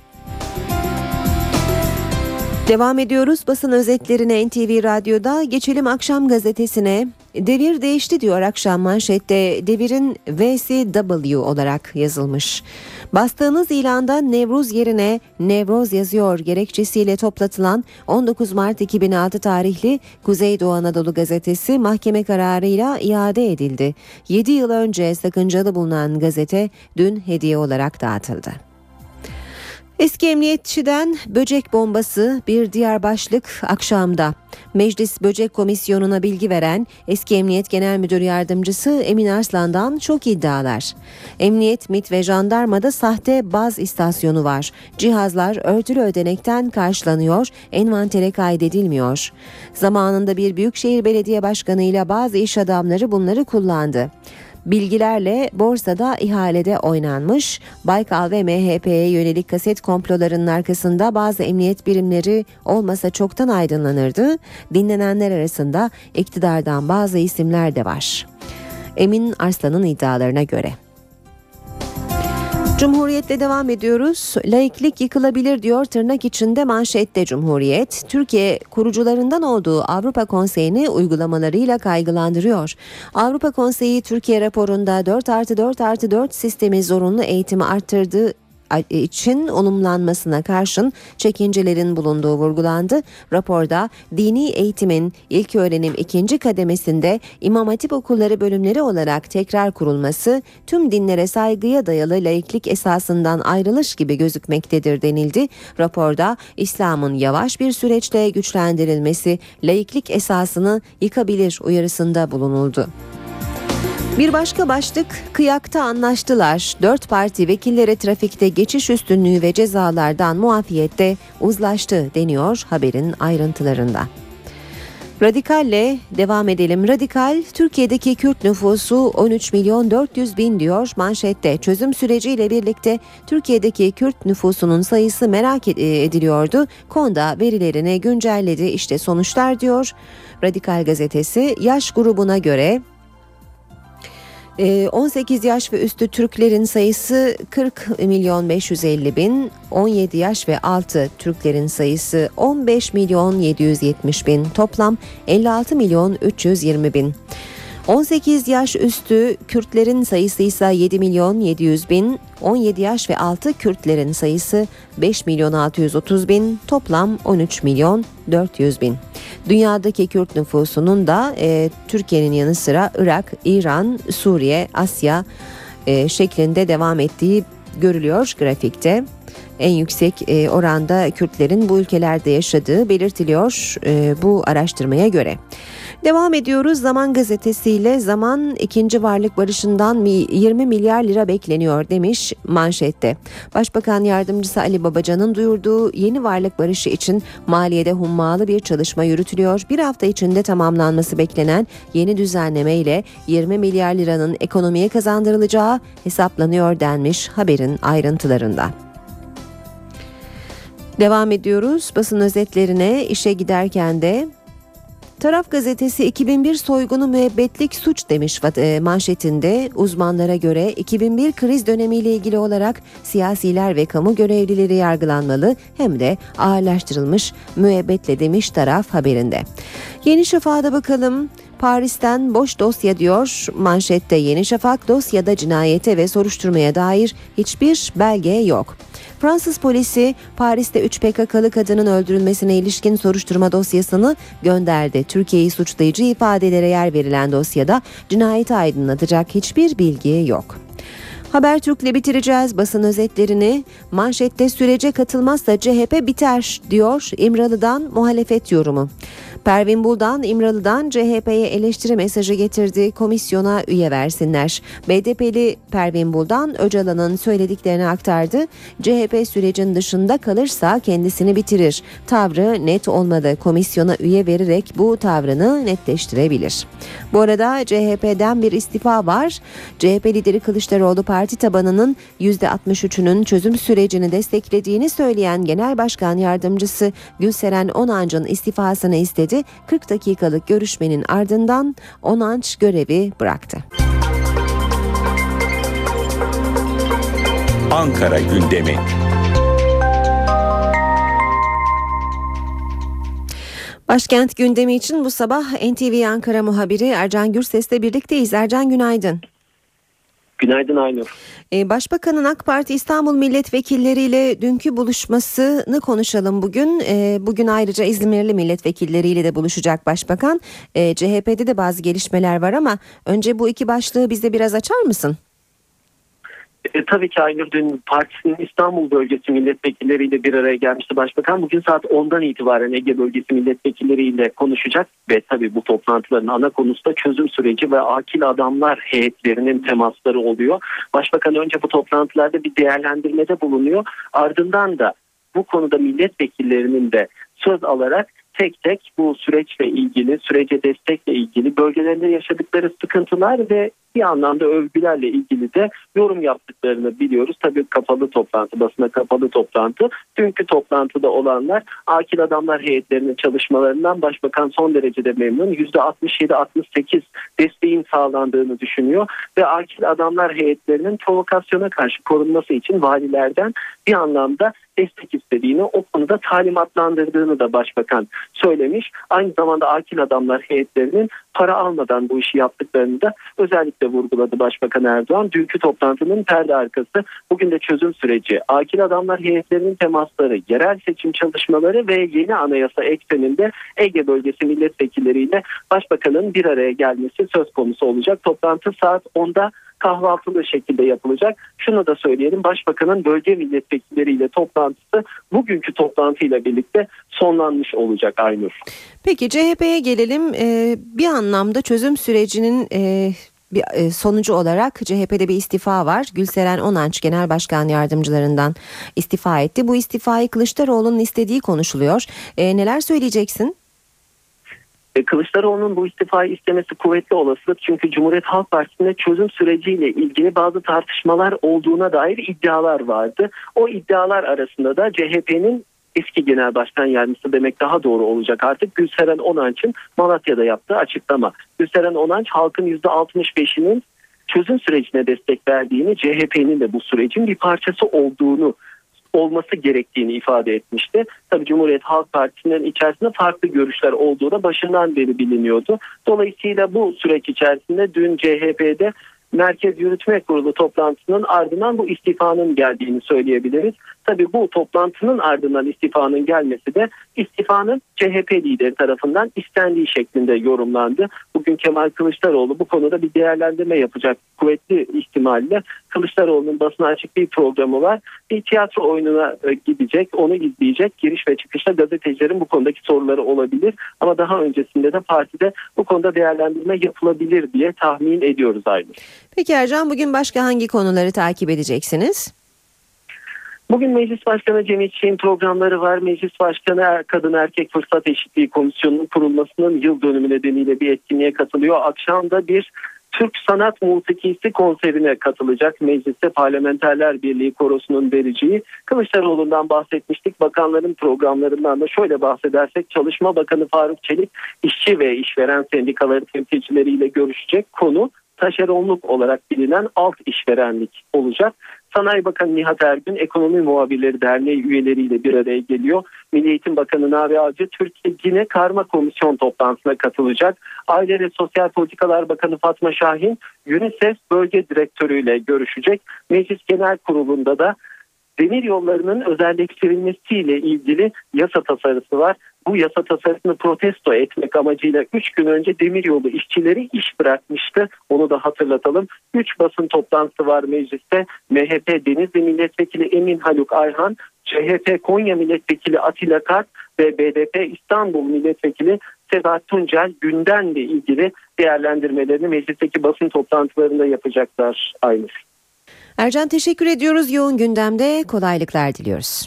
Devam ediyoruz basın özetlerine N T V Radyo'da. Geçelim Akşam Gazetesi'ne. Devir değişti diyor akşam manşette. Devir'in V C W olarak yazılmış. Bastığınız ilanda Nevruz yerine Nevroz yazıyor gerekçesiyle toplatılan on dokuz Mart iki bin altı tarihli Kuzeydoğu Anadolu gazetesi mahkeme kararıyla iade edildi. yedi yıl önce sakıncalı bulunan gazete dün hediye olarak dağıtıldı. Eski emniyetçiden böcek bombası bir diğer başlık akşamda. Meclis Böcek Komisyonu'na bilgi veren eski Emniyet Genel Müdür Yardımcısı Emin Arslan'dan çok iddialar. Emniyet, MİT ve jandarmada sahte baz istasyonu var. Cihazlar örtülü ödenekten karşılanıyor, envantere kaydedilmiyor. Zamanında bir Büyükşehir Belediye Başkanı ile bazı iş adamları bunları kullandı. Bilgilerle borsada ihalede oynanmış. Baykal ve M H P'ye yönelik kaset komplolarının arkasında bazı emniyet birimleri olmasa çoktan aydınlanırdı. Dinlenenler arasında iktidardan bazı isimler de var. Emin Arslan'ın iddialarına göre. Cumhuriyet'le devam ediyoruz. Laiklik yıkılabilir diyor tırnak içinde manşette Cumhuriyet. Türkiye kurucularından olduğu Avrupa Konseyi'ni uygulamalarıyla kaygılandırıyor. Avrupa Konseyi Türkiye raporunda dört artı dört artı dört sistemi zorunlu eğitimi arttırdığı için olumlanmasına karşın çekincelerin bulunduğu vurgulandı. Raporda dini eğitimin ilköğrenim ikinci kademesinde İmam Hatip okulları bölümleri olarak tekrar kurulması tüm dinlere saygıya dayalı laiklik esasından ayrılış gibi gözükmektedir denildi. Raporda İslam'ın yavaş bir süreçle güçlendirilmesi laiklik esasını yıkabilir uyarısında bulunuldu. Bir başka başlık, kıyakta anlaştılar. Dört parti vekilleri trafikte geçiş üstünlüğü ve cezalardan muafiyette uzlaştı deniyor haberin ayrıntılarında. Radikalle devam edelim. Radikal, Türkiye'deki Kürt nüfusu on üç milyon dört yüz bin diyor manşette. Çözüm süreciyle birlikte Türkiye'deki Kürt nüfusunun sayısı merak ediliyordu. KONDA verilerini güncelledi. İşte sonuçlar diyor. Radikal gazetesi yaş grubuna göre on sekiz yaş ve üstü Türklerin sayısı kırk milyon beş yüz elli bin, on yedi yaş ve altı Türklerin sayısı on beş milyon yedi yüz yetmiş bin, toplam elli altı milyon üç yüz yirmi bin. on sekiz yaş üstü Kürtlerin sayısı ise yedi milyon yedi yüz bin, on yedi yaş ve altı Kürtlerin sayısı beş milyon altı yüz otuz bin, toplam on üç milyon dört yüz bin. Dünyadaki Kürt nüfusunun da e, Türkiye'nin yanı sıra Irak, İran, Suriye, Asya e, şeklinde devam ettiği görülüyor grafikte. En yüksek e, oranda Kürtlerin bu ülkelerde yaşadığı belirtiliyor e, bu araştırmaya göre. Devam ediyoruz Zaman gazetesiyle. Zaman ikinci varlık barışından yirmi milyar lira bekleniyor demiş manşette. Başbakan Yardımcısı Ali Babacan'ın duyurduğu yeni varlık barışı için maliyede hummalı bir çalışma yürütülüyor. Bir hafta içinde tamamlanması beklenen yeni düzenleme ile yirmi milyar liranın ekonomiye kazandırılacağı hesaplanıyor denmiş haberin ayrıntılarında. Devam ediyoruz basın özetlerine. İşe giderken de Taraf gazetesi iki bin bir soygunu müebbetlik suç demiş manşetinde. Uzmanlara göre iki bin bir kriz dönemiyle ilgili olarak siyasiler ve kamu görevlileri yargılanmalı hem de ağırlaştırılmış müebbetle demiş Taraf haberinde. Yeni Şafak'a bakalım. Paris'ten boş dosya diyor manşette Yeni Şafak. Dosyada cinayete ve soruşturmaya dair hiçbir belge yok. Fransız polisi Paris'te üç P K K'lı kadının öldürülmesine ilişkin soruşturma dosyasını gönderdi. Türkiye'yi suçlayıcı ifadelere yer verilen dosyada cinayeti aydınlatacak hiçbir bilgi yok. Habertürk'le bitireceğiz basın özetlerini. Manşette sürece katılmazsa C H P biter diyor İmralı'dan muhalefet yorumu. Pervin Buldan İmralı'dan C H P'ye eleştiri mesajı getirdi. Komisyona üye versinler. B D P'li Pervin Buldan Öcalan'ın söylediklerini aktardı. C H P sürecin dışında kalırsa kendisini bitirir. Tavrı net olmadı. Komisyona üye vererek bu tavrını netleştirebilir. Bu arada C H P'den bir istifa var. C H P lideri Kılıçdaroğlu parti tabanının yüzde altmış üçünün çözüm sürecini desteklediğini söyleyen Genel Başkan Yardımcısı Gülseren Onancı'nın istifasını istedi. kırk dakikalık görüşmenin ardından Onanç görevi bıraktı. Ankara gündemi. Başkent gündemi için bu sabah N T V Ankara muhabiri Ercan Gürses'le birlikteyiz. Ercan günaydın. Günaydın Aynur. Başbakanın AK Parti İstanbul milletvekilleriyle dünkü buluşmasını konuşalım bugün. Bugün ayrıca İzmirli milletvekilleriyle de buluşacak Başbakan. C H P'de de bazı gelişmeler var ama önce bu iki başlığı bize biraz açar mısın? E, tabii ki Aynur dün partisinin İstanbul bölgesi milletvekilleriyle bir araya gelmişti Başbakan. Bugün saat ondan itibaren Ege bölgesi milletvekilleriyle konuşacak ve tabii bu toplantıların ana konusu da çözüm süreci ve akil adamlar heyetlerinin temasları oluyor. Başbakan önce bu toplantılarda bir değerlendirmede bulunuyor. Ardından da bu konuda milletvekillerinin de söz alarak tek tek bu süreçle ilgili, sürece destekle ilgili, bölgelerinde yaşadıkları sıkıntılar ve bir anlamda övgülerle ilgili de yorum yaptıklarını biliyoruz. Tabii kapalı toplantı, basına kapalı toplantı. Dünkü toplantıda olanlar akil adamlar heyetlerinin çalışmalarından Başbakan son derecede memnun. yüzde altmış yedi altmış sekiz desteğin sağlandığını düşünüyor ve akil adamlar heyetlerinin provokasyona karşı korunması için valilerden bir anlamda destek istediğini, o konuda talimatlandırdığını da Başbakan söylemiş. Aynı zamanda akil adamlar heyetlerinin para almadan bu işi yaptıklarını da özellikle vurguladı Başbakan Erdoğan. Dünkü toplantının perde arkası, bugün de çözüm süreci, akil adamlar heyetlerinin temasları, yerel seçim çalışmaları ve yeni anayasa ekseninde Ege bölgesi milletvekilleriyle Başbakanın bir araya gelmesi söz konusu olacak. Toplantı saat onda kahvaltılı şekilde yapılacak. Şunu da söyleyelim, Başbakanın bölge milletvekilleriyle toplantısı bugünkü toplantıyla birlikte sonlanmış olacak Aynur. Peki C H P'ye gelelim. Ee, bir anlamda çözüm sürecinin e, bir e, sonucu olarak C H P'de bir istifa var. Gülseren Onanç Genel Başkan Yardımcılarından istifa etti. Bu istifayı Kılıçdaroğlu'nun istediği konuşuluyor. E, neler söyleyeceksin? Kılıçdaroğlu'nun bu istifayı istemesi kuvvetli olasılık, çünkü Cumhuriyet Halk Partisi'nde çözüm süreciyle ilgili bazı tartışmalar olduğuna dair iddialar vardı. O iddialar arasında da C H P'nin eski genel başkan yardımcısı demek daha doğru olacak artık, Gülseren Onanç'ın Malatya'da yaptığı açıklama. Gülseren Onanç halkın yüzde altmış beşinin çözüm sürecine destek verdiğini, C H P'nin de bu sürecin bir parçası olduğunu, olması gerektiğini ifade etmişti. Tabii Cumhuriyet Halk Partisi'nin içerisinde farklı görüşler olduğu da başından beri biliniyordu. Dolayısıyla bu süreç içerisinde dün C H P'de Merkez Yürütme Kurulu toplantısının ardından bu istifanın geldiğini söyleyebiliriz. Tabii bu toplantının ardından istifanın gelmesi de istifanın C H P lideri tarafından istendiği şeklinde yorumlandı. Bugün Kemal Kılıçdaroğlu bu konuda bir değerlendirme yapacak kuvvetli ihtimalle. Kılıçdaroğlu'nun basına açık bir programı var. Bir tiyatro oyununa gidecek, onu izleyecek. Giriş ve çıkışta gazetecilerin bu konudaki soruları olabilir. Ama daha öncesinde de partide bu konuda değerlendirme yapılabilir diye tahmin ediyoruz Aynur. Peki Ercan, bugün başka hangi konuları takip edeceksiniz? Bugün Meclis Başkanı Cemil Çiçek'in programları var. Meclis Başkanı Kadın Erkek Fırsat Eşitliği Komisyonu'nun kurulmasının yıl dönümü nedeniyle bir etkinliğe katılıyor. Akşam da bir Türk Sanat Musikisi konserine katılacak. Mecliste Parlamenterler Birliği Korosu'nun vereceği. Kılıçdaroğlu'ndan bahsetmiştik. Bakanların programlarından da şöyle bahsedersek, Çalışma Bakanı Faruk Çelik işçi ve işveren sendikaları temsilcileriyle görüşecek. Konu taşeronluk olarak bilinen alt işverenlik olacak. Sanayi Bakanı Nihat Ergün, Ekonomi Muhabirleri Derneği üyeleriyle bir araya geliyor. Milli Eğitim Bakanı Nabi Avcı, Türkiye yine Karma Komisyon toplantısına katılacak. Aile ve Sosyal Politikalar Bakanı Fatma Şahin, UNICEF Bölge Direktörü ile görüşecek. Meclis Genel Kurulu'nda da demir yollarının özelleştirilmesiyle ilgili yasa tasarısı var. Bu yasa tasarısını protesto etmek amacıyla üç gün önce demiryolu işçileri iş bırakmıştı. Onu da hatırlatalım. üç basın toplantısı var mecliste. M H P Denizli Milletvekili Emin Haluk Ayhan, C H P Konya Milletvekili Atilla Kart ve B D P İstanbul Milletvekili Sedat Tuncel gündemle ilgili değerlendirmelerini meclisteki basın toplantılarında yapacaklar. Aynı. Ercan, teşekkür ediyoruz. Yoğun gündemde kolaylıklar diliyoruz.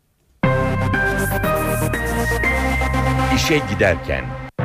İşe giderken.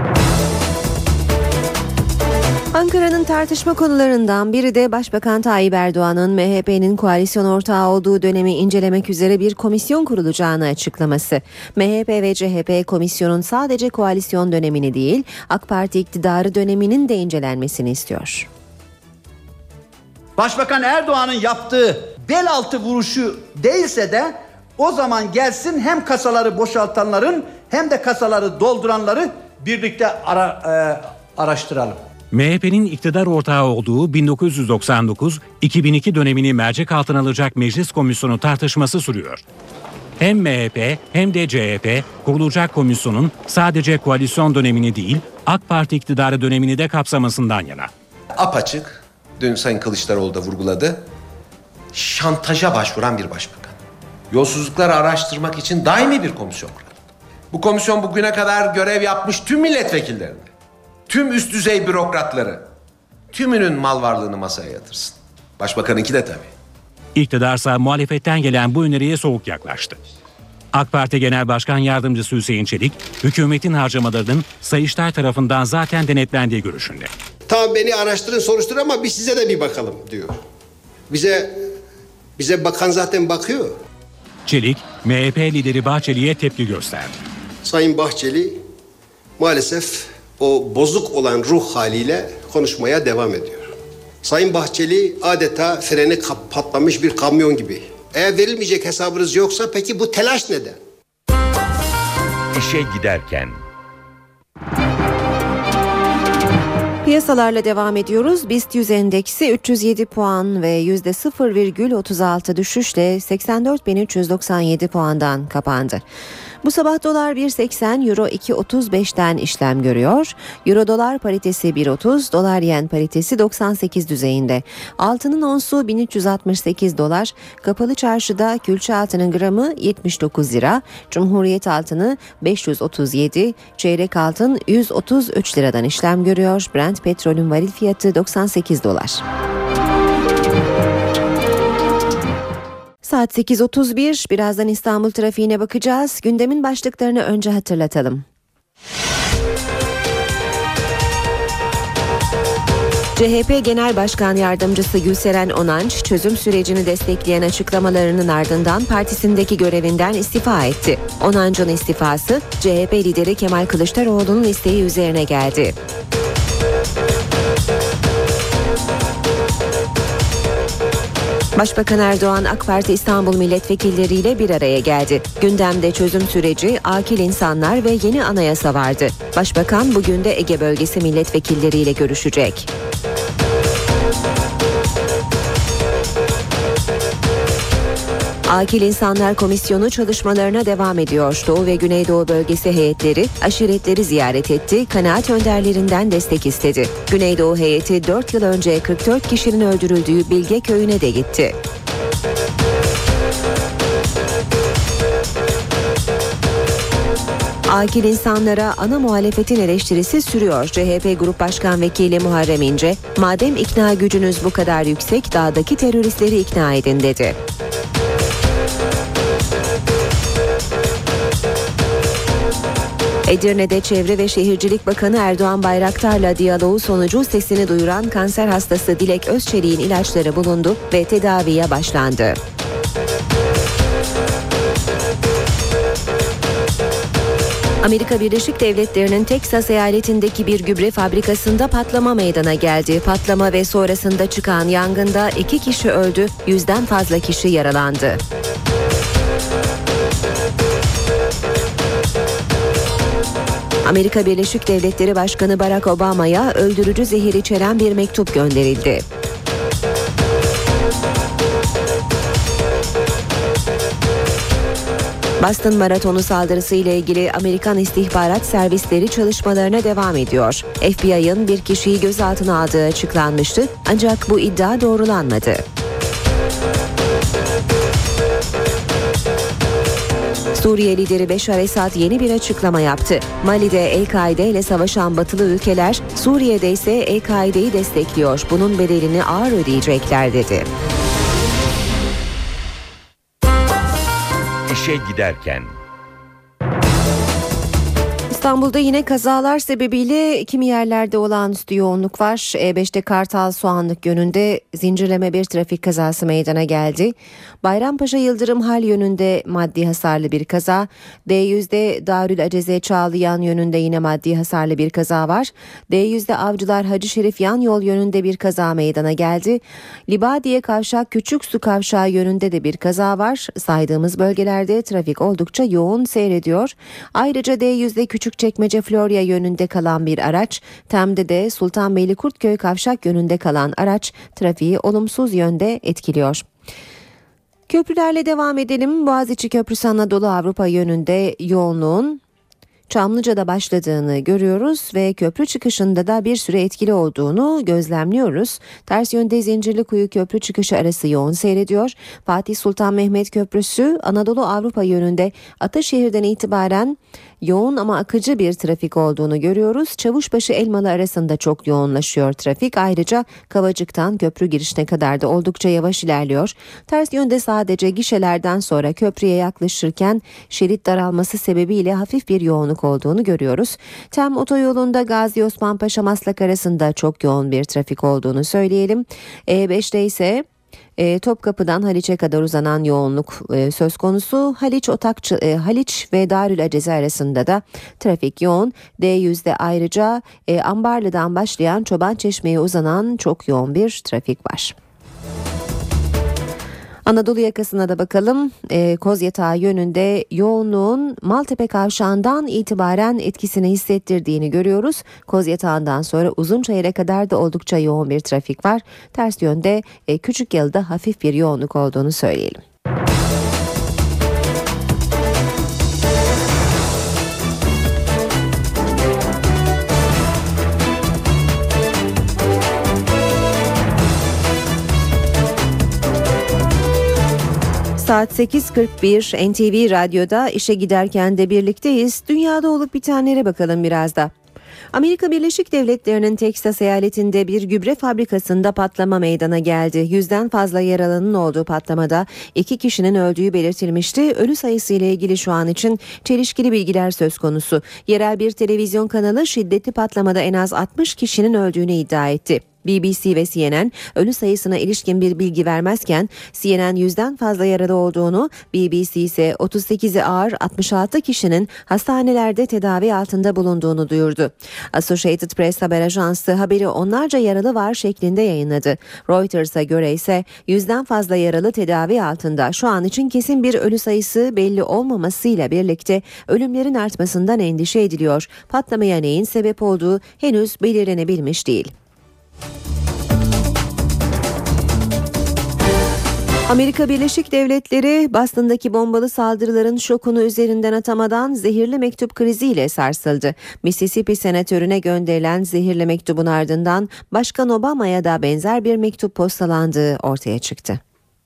Ankara'nın tartışma konularından biri de Başbakan Tayyip Erdoğan'ın M H P'nin koalisyon ortağı olduğu dönemi incelemek üzere bir komisyon kurulacağını açıklaması. M H P ve C H P komisyonun sadece koalisyon dönemini değil, AK Parti iktidarı döneminin de incelenmesini istiyor. Başbakan Erdoğan'ın yaptığı bel altı vuruşu değilse de o zaman gelsin hem kasaları boşaltanların hem de kasaları dolduranları birlikte ara, e, araştıralım. M H P'nin iktidar ortağı olduğu bin dokuz yüz doksan dokuz iki bin iki dönemini mercek altına alacak meclis komisyonu tartışması sürüyor. Hem M H P hem de C H P kurulacak komisyonun sadece koalisyon dönemini değil, AK Parti iktidarı dönemini de kapsamasından yana. Apaçık, dün Sayın Kılıçdaroğlu da vurguladı, şantaja başvuran bir başbakan. Yolsuzlukları araştırmak için daimi bir komisyon kuralım. Bu komisyon bugüne kadar görev yapmış tüm milletvekillerini, tüm üst düzey bürokratları, tümünün mal varlığını masaya yatırsın. Başbakanınki de tabii. İktidarsa muhalefetten gelen bu öneriye soğuk yaklaştı. AK Parti Genel Başkan Yardımcısı Hüseyin Çelik, hükümetin harcamalarının Sayıştay tarafından zaten denetlendiği görüşünde. Tamam, beni araştırın, soruşturun ama biz size de bir bakalım diyor. Bize bize bakan zaten bakıyor. Çelik, M H P lideri Bahçeli'ye tepki gösterdi. Sayın Bahçeli maalesef o bozuk olan ruh haliyle konuşmaya devam ediyor. Sayın Bahçeli adeta freni patlamış bir kamyon gibi. Eğer verilmeyecek hesabınız yoksa peki bu telaş neden? İşe giderken. Piyasalarla devam ediyoruz. BIST yüz endeksi üç yüz yedi puan ve yüzde sıfır virgül otuz altı düşüşle seksen dört bin üç yüz doksan yedi puandan kapandı. Bu sabah dolar bir seksen, euro iki otuz beşten işlem görüyor. Euro dolar paritesi bir otuz, dolar yen paritesi doksan sekiz düzeyinde. Altının onsu bin üç yüz altmış sekiz dolar. Kapalı çarşıda külçe altının gramı yetmiş dokuz lira. Cumhuriyet altını beş yüz otuz yedi, çeyrek altın yüz otuz üç liradan işlem görüyor. Brent petrolün varil fiyatı doksan sekiz dolar. Saat sekiz otuz bir, birazdan İstanbul trafiğine bakacağız. Gündemin başlıklarını önce hatırlatalım. C H P Genel Başkan Yardımcısı Gülseren Onanç, çözüm sürecini destekleyen açıklamalarının ardından partisindeki görevinden istifa etti. Onanç'ın istifası, C H P lideri Kemal Kılıçdaroğlu'nun isteği üzerine geldi. Başbakan Erdoğan, AK Parti İstanbul milletvekilleriyle bir araya geldi. Gündemde çözüm süreci, akil insanlar ve yeni anayasa vardı. Başbakan bugün de Ege bölgesi milletvekilleriyle görüşecek. Akil İnsanlar Komisyonu çalışmalarına devam ediyor. Doğu ve Güneydoğu bölgesi heyetleri aşiretleri ziyaret etti, kanaat önderlerinden destek istedi. Güneydoğu heyeti dört yıl önce kırk dört kişinin öldürüldüğü Bilge köyüne de gitti. Akil insanlara ana muhalefetin eleştirisi sürüyor. C H P Grup Başkan Vekili Muharrem İnce, madem ikna gücünüz bu kadar yüksek, dağdaki teröristleri ikna edin dedi. Edirne'de Çevre ve Şehircilik Bakanı Erdoğan Bayraktar'la diyaloğu sonucu sesini duyuran kanser hastası Dilek Özçelik'in ilaçları bulundu ve tedaviye başlandı. Amerika Birleşik Devletleri'nin Teksas eyaletindeki bir gübre fabrikasında patlama meydana geldi. Patlama ve sonrasında çıkan yangında iki kişi öldü, yüzden fazla kişi yaralandı. Amerika Birleşik Devletleri Başkanı Barack Obama'ya öldürücü zehir içeren bir mektup gönderildi. Boston Maratonu saldırısı ile ilgili Amerikan istihbarat servisleri çalışmalarına devam ediyor. F B I'ın bir kişiyi gözaltına aldığı açıklanmıştı, ancak bu iddia doğrulanmadı. Suriye lideri Beşar Esad yeni bir açıklama yaptı. Mali'de El-Kaide ile savaşan batılı ülkeler, Suriye'de ise El-Kaide'yi destekliyor. Bunun bedelini ağır ödeyecekler dedi. İşe giderken. İstanbul'da yine kazalar sebebiyle kimi yerlerde olağanüstü yoğunluk var. E beşte Kartal Soğanlık yönünde zincirleme bir trafik kazası meydana geldi. Bayrampaşa Yıldırım Hal yönünde maddi hasarlı bir kaza. D yüzde Darül Aceze Çağlayan yönünde yine maddi hasarlı bir kaza var. D yüzde Avcılar Hacı Şerif yan yol yönünde bir kaza meydana geldi. Libadiye Kavşak Küçüksu Kavşağı yönünde de bir kaza var. Saydığımız bölgelerde trafik oldukça yoğun seyrediyor. Ayrıca D yüzde Küçükçekmece Florya yönünde kalan bir araç, Tem'de de Sultanbeyli Kurtköy Kavşak yönünde kalan araç trafiği olumsuz yönde etkiliyor. Köprülerle devam edelim. Boğaziçi Köprüsü Anadolu Avrupa yönünde yoğunluğun Çamlıca'da başladığını görüyoruz ve köprü çıkışında da bir süre etkili olduğunu gözlemliyoruz. Ters yönde Zincirlikuyu köprü çıkışı arası yoğun seyrediyor. Fatih Sultan Mehmet Köprüsü Anadolu Avrupa yönünde Ataşehir'den itibaren yoğun ama akıcı bir trafik olduğunu görüyoruz. Çavuşbaşı Elmalı arasında çok yoğunlaşıyor trafik. Ayrıca Kavacık'tan köprü girişine kadar da oldukça yavaş ilerliyor. Ters yönde sadece gişelerden sonra köprüye yaklaşırken şerit daralması sebebiyle hafif bir yoğunluk olduğunu görüyoruz. Tem otoyolunda Gazi Osman Paşa Maslak arasında çok yoğun bir trafik olduğunu söyleyelim. E beşte ise E, Topkapı'dan Haliç'e kadar uzanan yoğunluk e, söz konusu. Haliç Otakçı, e, Haliç ve Darül Aceze arasında da trafik yoğun. D yüzde ayrıca e, Ambarlı'dan başlayan Çobançeşme'ye uzanan çok yoğun bir trafik var. Anadolu yakasına da bakalım. E, Kozyatağı yönünde yoğunluğun Maltepe Kavşağı'ndan itibaren etkisini hissettirdiğini görüyoruz. Kozyatağı'ndan sonra Uzunçayır'a kadar da oldukça yoğun bir trafik var. Ters yönde e, Küçükyalı'da hafif bir yoğunluk olduğunu söyleyelim. Saat sekiz kırk bir N T V Radyo'da işe giderken de birlikteyiz. Dünyada olup bitenlere bakalım biraz da. Amerika Birleşik Devletleri'nin Teksas eyaletinde bir gübre fabrikasında patlama meydana geldi. Yüzden fazla yaralının olduğu patlamada iki kişinin öldüğü belirtilmişti. Ölü sayısı ile ilgili şu an için çelişkili bilgiler söz konusu. Yerel bir televizyon kanalı şiddetli patlamada en az altmış kişinin öldüğünü iddia etti. B B C ve C N N ölü sayısına ilişkin bir bilgi vermezken C N N yüzden fazla yaralı olduğunu, B B C ise otuz sekizi ağır altmış altı kişinin hastanelerde tedavi altında bulunduğunu duyurdu. Associated Press haber ajansı haberi onlarca yaralı var şeklinde yayınladı. Reuters'a göre ise yüzden fazla yaralı tedavi altında. Şu an için kesin bir ölü sayısı belli olmamasıyla birlikte ölümlerin artmasından endişe ediliyor. Patlamaya neyin sebep olduğu henüz belirlenebilmiş değil. Amerika Birleşik Devletleri Boston'daki bombalı saldırıların şokunu üzerinden atamadan zehirli mektup kriziyle sarsıldı. Mississippi senatörüne gönderilen zehirli mektubun ardından Başkan Obama'ya da benzer bir mektup postalandığı ortaya çıktı.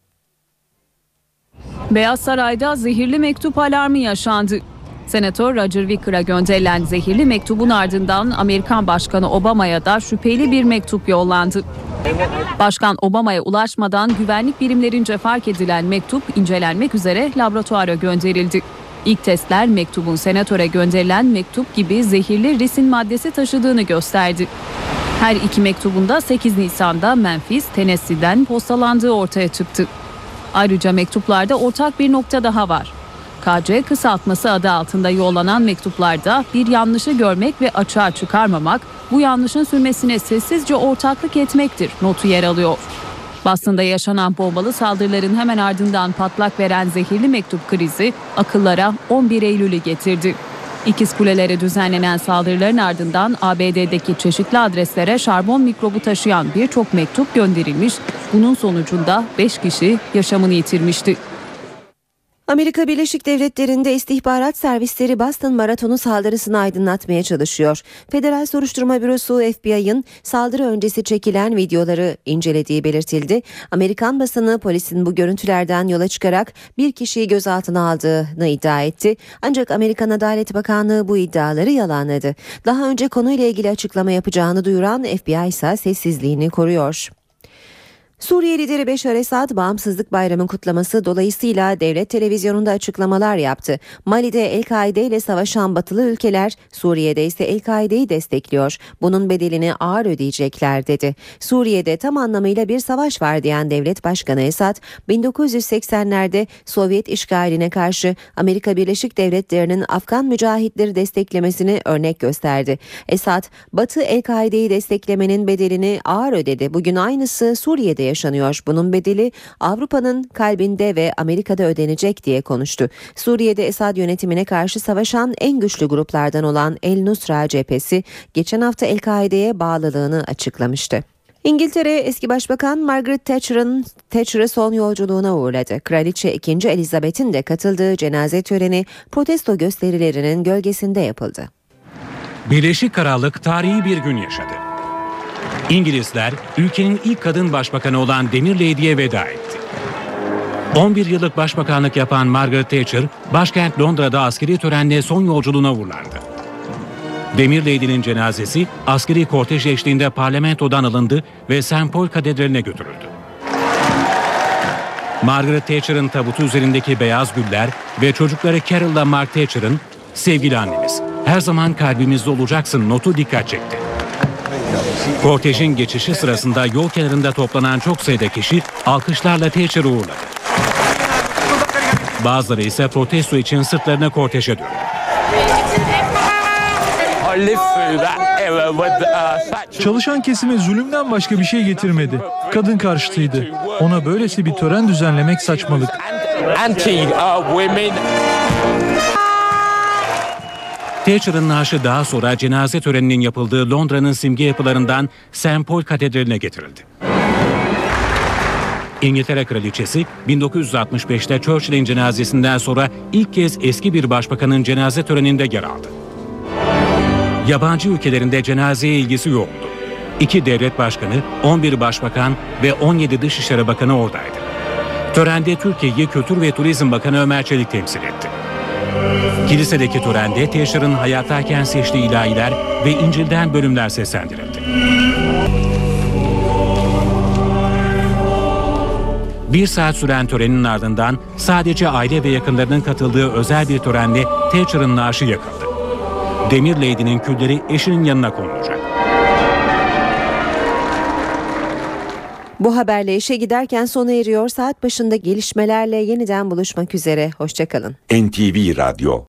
Beyaz Saray'da zehirli mektup alarmı yaşandı. Senatör Roger Wickera gönderilen zehirli mektubun ardından Amerikan Başkanı Obama'ya da şüpheli bir mektup yollandı. Başkan Obama'ya ulaşmadan güvenlik birimlerince fark edilen mektup incelenmek üzere laboratuvara gönderildi. İlk testler mektubun senatöre gönderilen mektup gibi zehirli risin maddesi taşıdığını gösterdi. Her iki mektubun da sekiz Nisan'da Memphis, Tennessee'den postalandığı ortaya çıktı. Ayrıca mektuplarda ortak bir nokta daha var. K C kısaltması adı altında yollanan mektuplarda bir yanlışı görmek ve açığa çıkarmamak, bu yanlışın sürmesine sessizce ortaklık etmektir notu yer alıyor. Boston'da yaşanan bombalı saldırıların hemen ardından patlak veren zehirli mektup krizi akıllara on bir Eylül'ü getirdi. İkiz Kulelere düzenlenen saldırıların ardından A B D'deki çeşitli adreslere şarbon mikrobu taşıyan birçok mektup gönderilmiş, bunun sonucunda beş kişi yaşamını yitirmişti. Amerika Birleşik Devletleri'nde istihbarat servisleri Boston Maratonu saldırısını aydınlatmaya çalışıyor. Federal Soruşturma Bürosu F B I'ın saldırı öncesi çekilen videoları incelediği belirtildi. Amerikan basını polisin bu görüntülerden yola çıkarak bir kişiyi gözaltına aldığını iddia etti. Ancak Amerikan Adalet Bakanlığı bu iddiaları yalanladı. Daha önce konuyla ilgili açıklama yapacağını duyuran F B I ise sessizliğini koruyor. Suriye lideri Beşar Esad, Bağımsızlık Bayramı kutlaması dolayısıyla devlet televizyonunda açıklamalar yaptı. Mali'de El-Kaide ile savaşan batılı ülkeler, Suriye'de ise El-Kaide'yi destekliyor. Bunun bedelini ağır ödeyecekler dedi. Suriye'de tam anlamıyla bir savaş var diyen devlet başkanı Esad, bin dokuz yüz seksenlerde Sovyet işgaline karşı Amerika Birleşik Devletleri'nin Afgan mücahitleri desteklemesini örnek gösterdi. Esad, Batı El-Kaide'yi desteklemenin bedelini ağır ödedi. Bugün aynısı Suriye'de yaşanıyor. Bunun bedeli Avrupa'nın kalbinde ve Amerika'da ödenecek diye konuştu. Suriye'de Esad yönetimine karşı savaşan en güçlü gruplardan olan El Nusra cephesi geçen hafta El-Kaide'ye bağlılığını açıklamıştı. İngiltere eski Başbakan Margaret Thatcher'ın Thatcher'ı son yolculuğuna uğurladı. Kraliçe ikinci. Elizabeth'in de katıldığı cenaze töreni protesto gösterilerinin gölgesinde yapıldı. Birleşik Krallık tarihi bir gün yaşadı. İngilizler ülkenin ilk kadın başbakanı olan Demir Lady'ye veda etti. on bir yıllık başbakanlık yapan Margaret Thatcher, başkent Londra'da askeri törenle son yolculuğuna uğurlandı. Demir Lady'nin cenazesi askeri kortej eşliğinde parlamentodan alındı ve Saint Paul Katedrali'ne götürüldü. Margaret Thatcher'ın tabutu üzerindeki beyaz güller ve çocukları Carol'la Mark Thatcher'ın "Sevgili annemiz, her zaman kalbimizde olacaksın" notu dikkat çekti. Kortejin geçişi sırasında yol kenarında toplanan çok sayıda kişi alkışlarla Thatcher'ı uğurladı. Bazıları ise protesto için sırtlarına korteje döndü. Çalışan kesime zulümden başka bir şey getirmedi. Kadın karşıtıydı. Ona böylesi bir tören düzenlemek saçmalık. Thatcher'ın naaşı daha sonra cenaze töreninin yapıldığı Londra'nın simge yapılarından Saint Paul Katedrali'ne getirildi. İngiltere Kraliçesi bin dokuz yüz altmış beşte Churchill'in cenazesinden sonra ilk kez eski bir başbakanın cenaze töreninde yer aldı. Yabancı ülkelerinde cenazeye ilgisi yoktu. İki devlet başkanı, on bir başbakan ve on yedi Dışişleri Bakanı oradaydı. Törende Türkiye'yi Kültür ve Turizm Bakanı Ömer Çelik temsil etti. Kilisedeki törende Thatcher'ın hayattayken seçtiği ilahiler ve İncil'den bölümler seslendirildi. Bir saat süren törenin ardından sadece aile ve yakınlarının katıldığı özel bir törenle Thatcher'ın naaşı yakıldı. Demir Lady'nin külleri eşinin yanına konulacak. Bu haberle işe giderken sona eriyor. Saat başında gelişmelerle yeniden buluşmak üzere. Hoşçakalın. N T V Radyo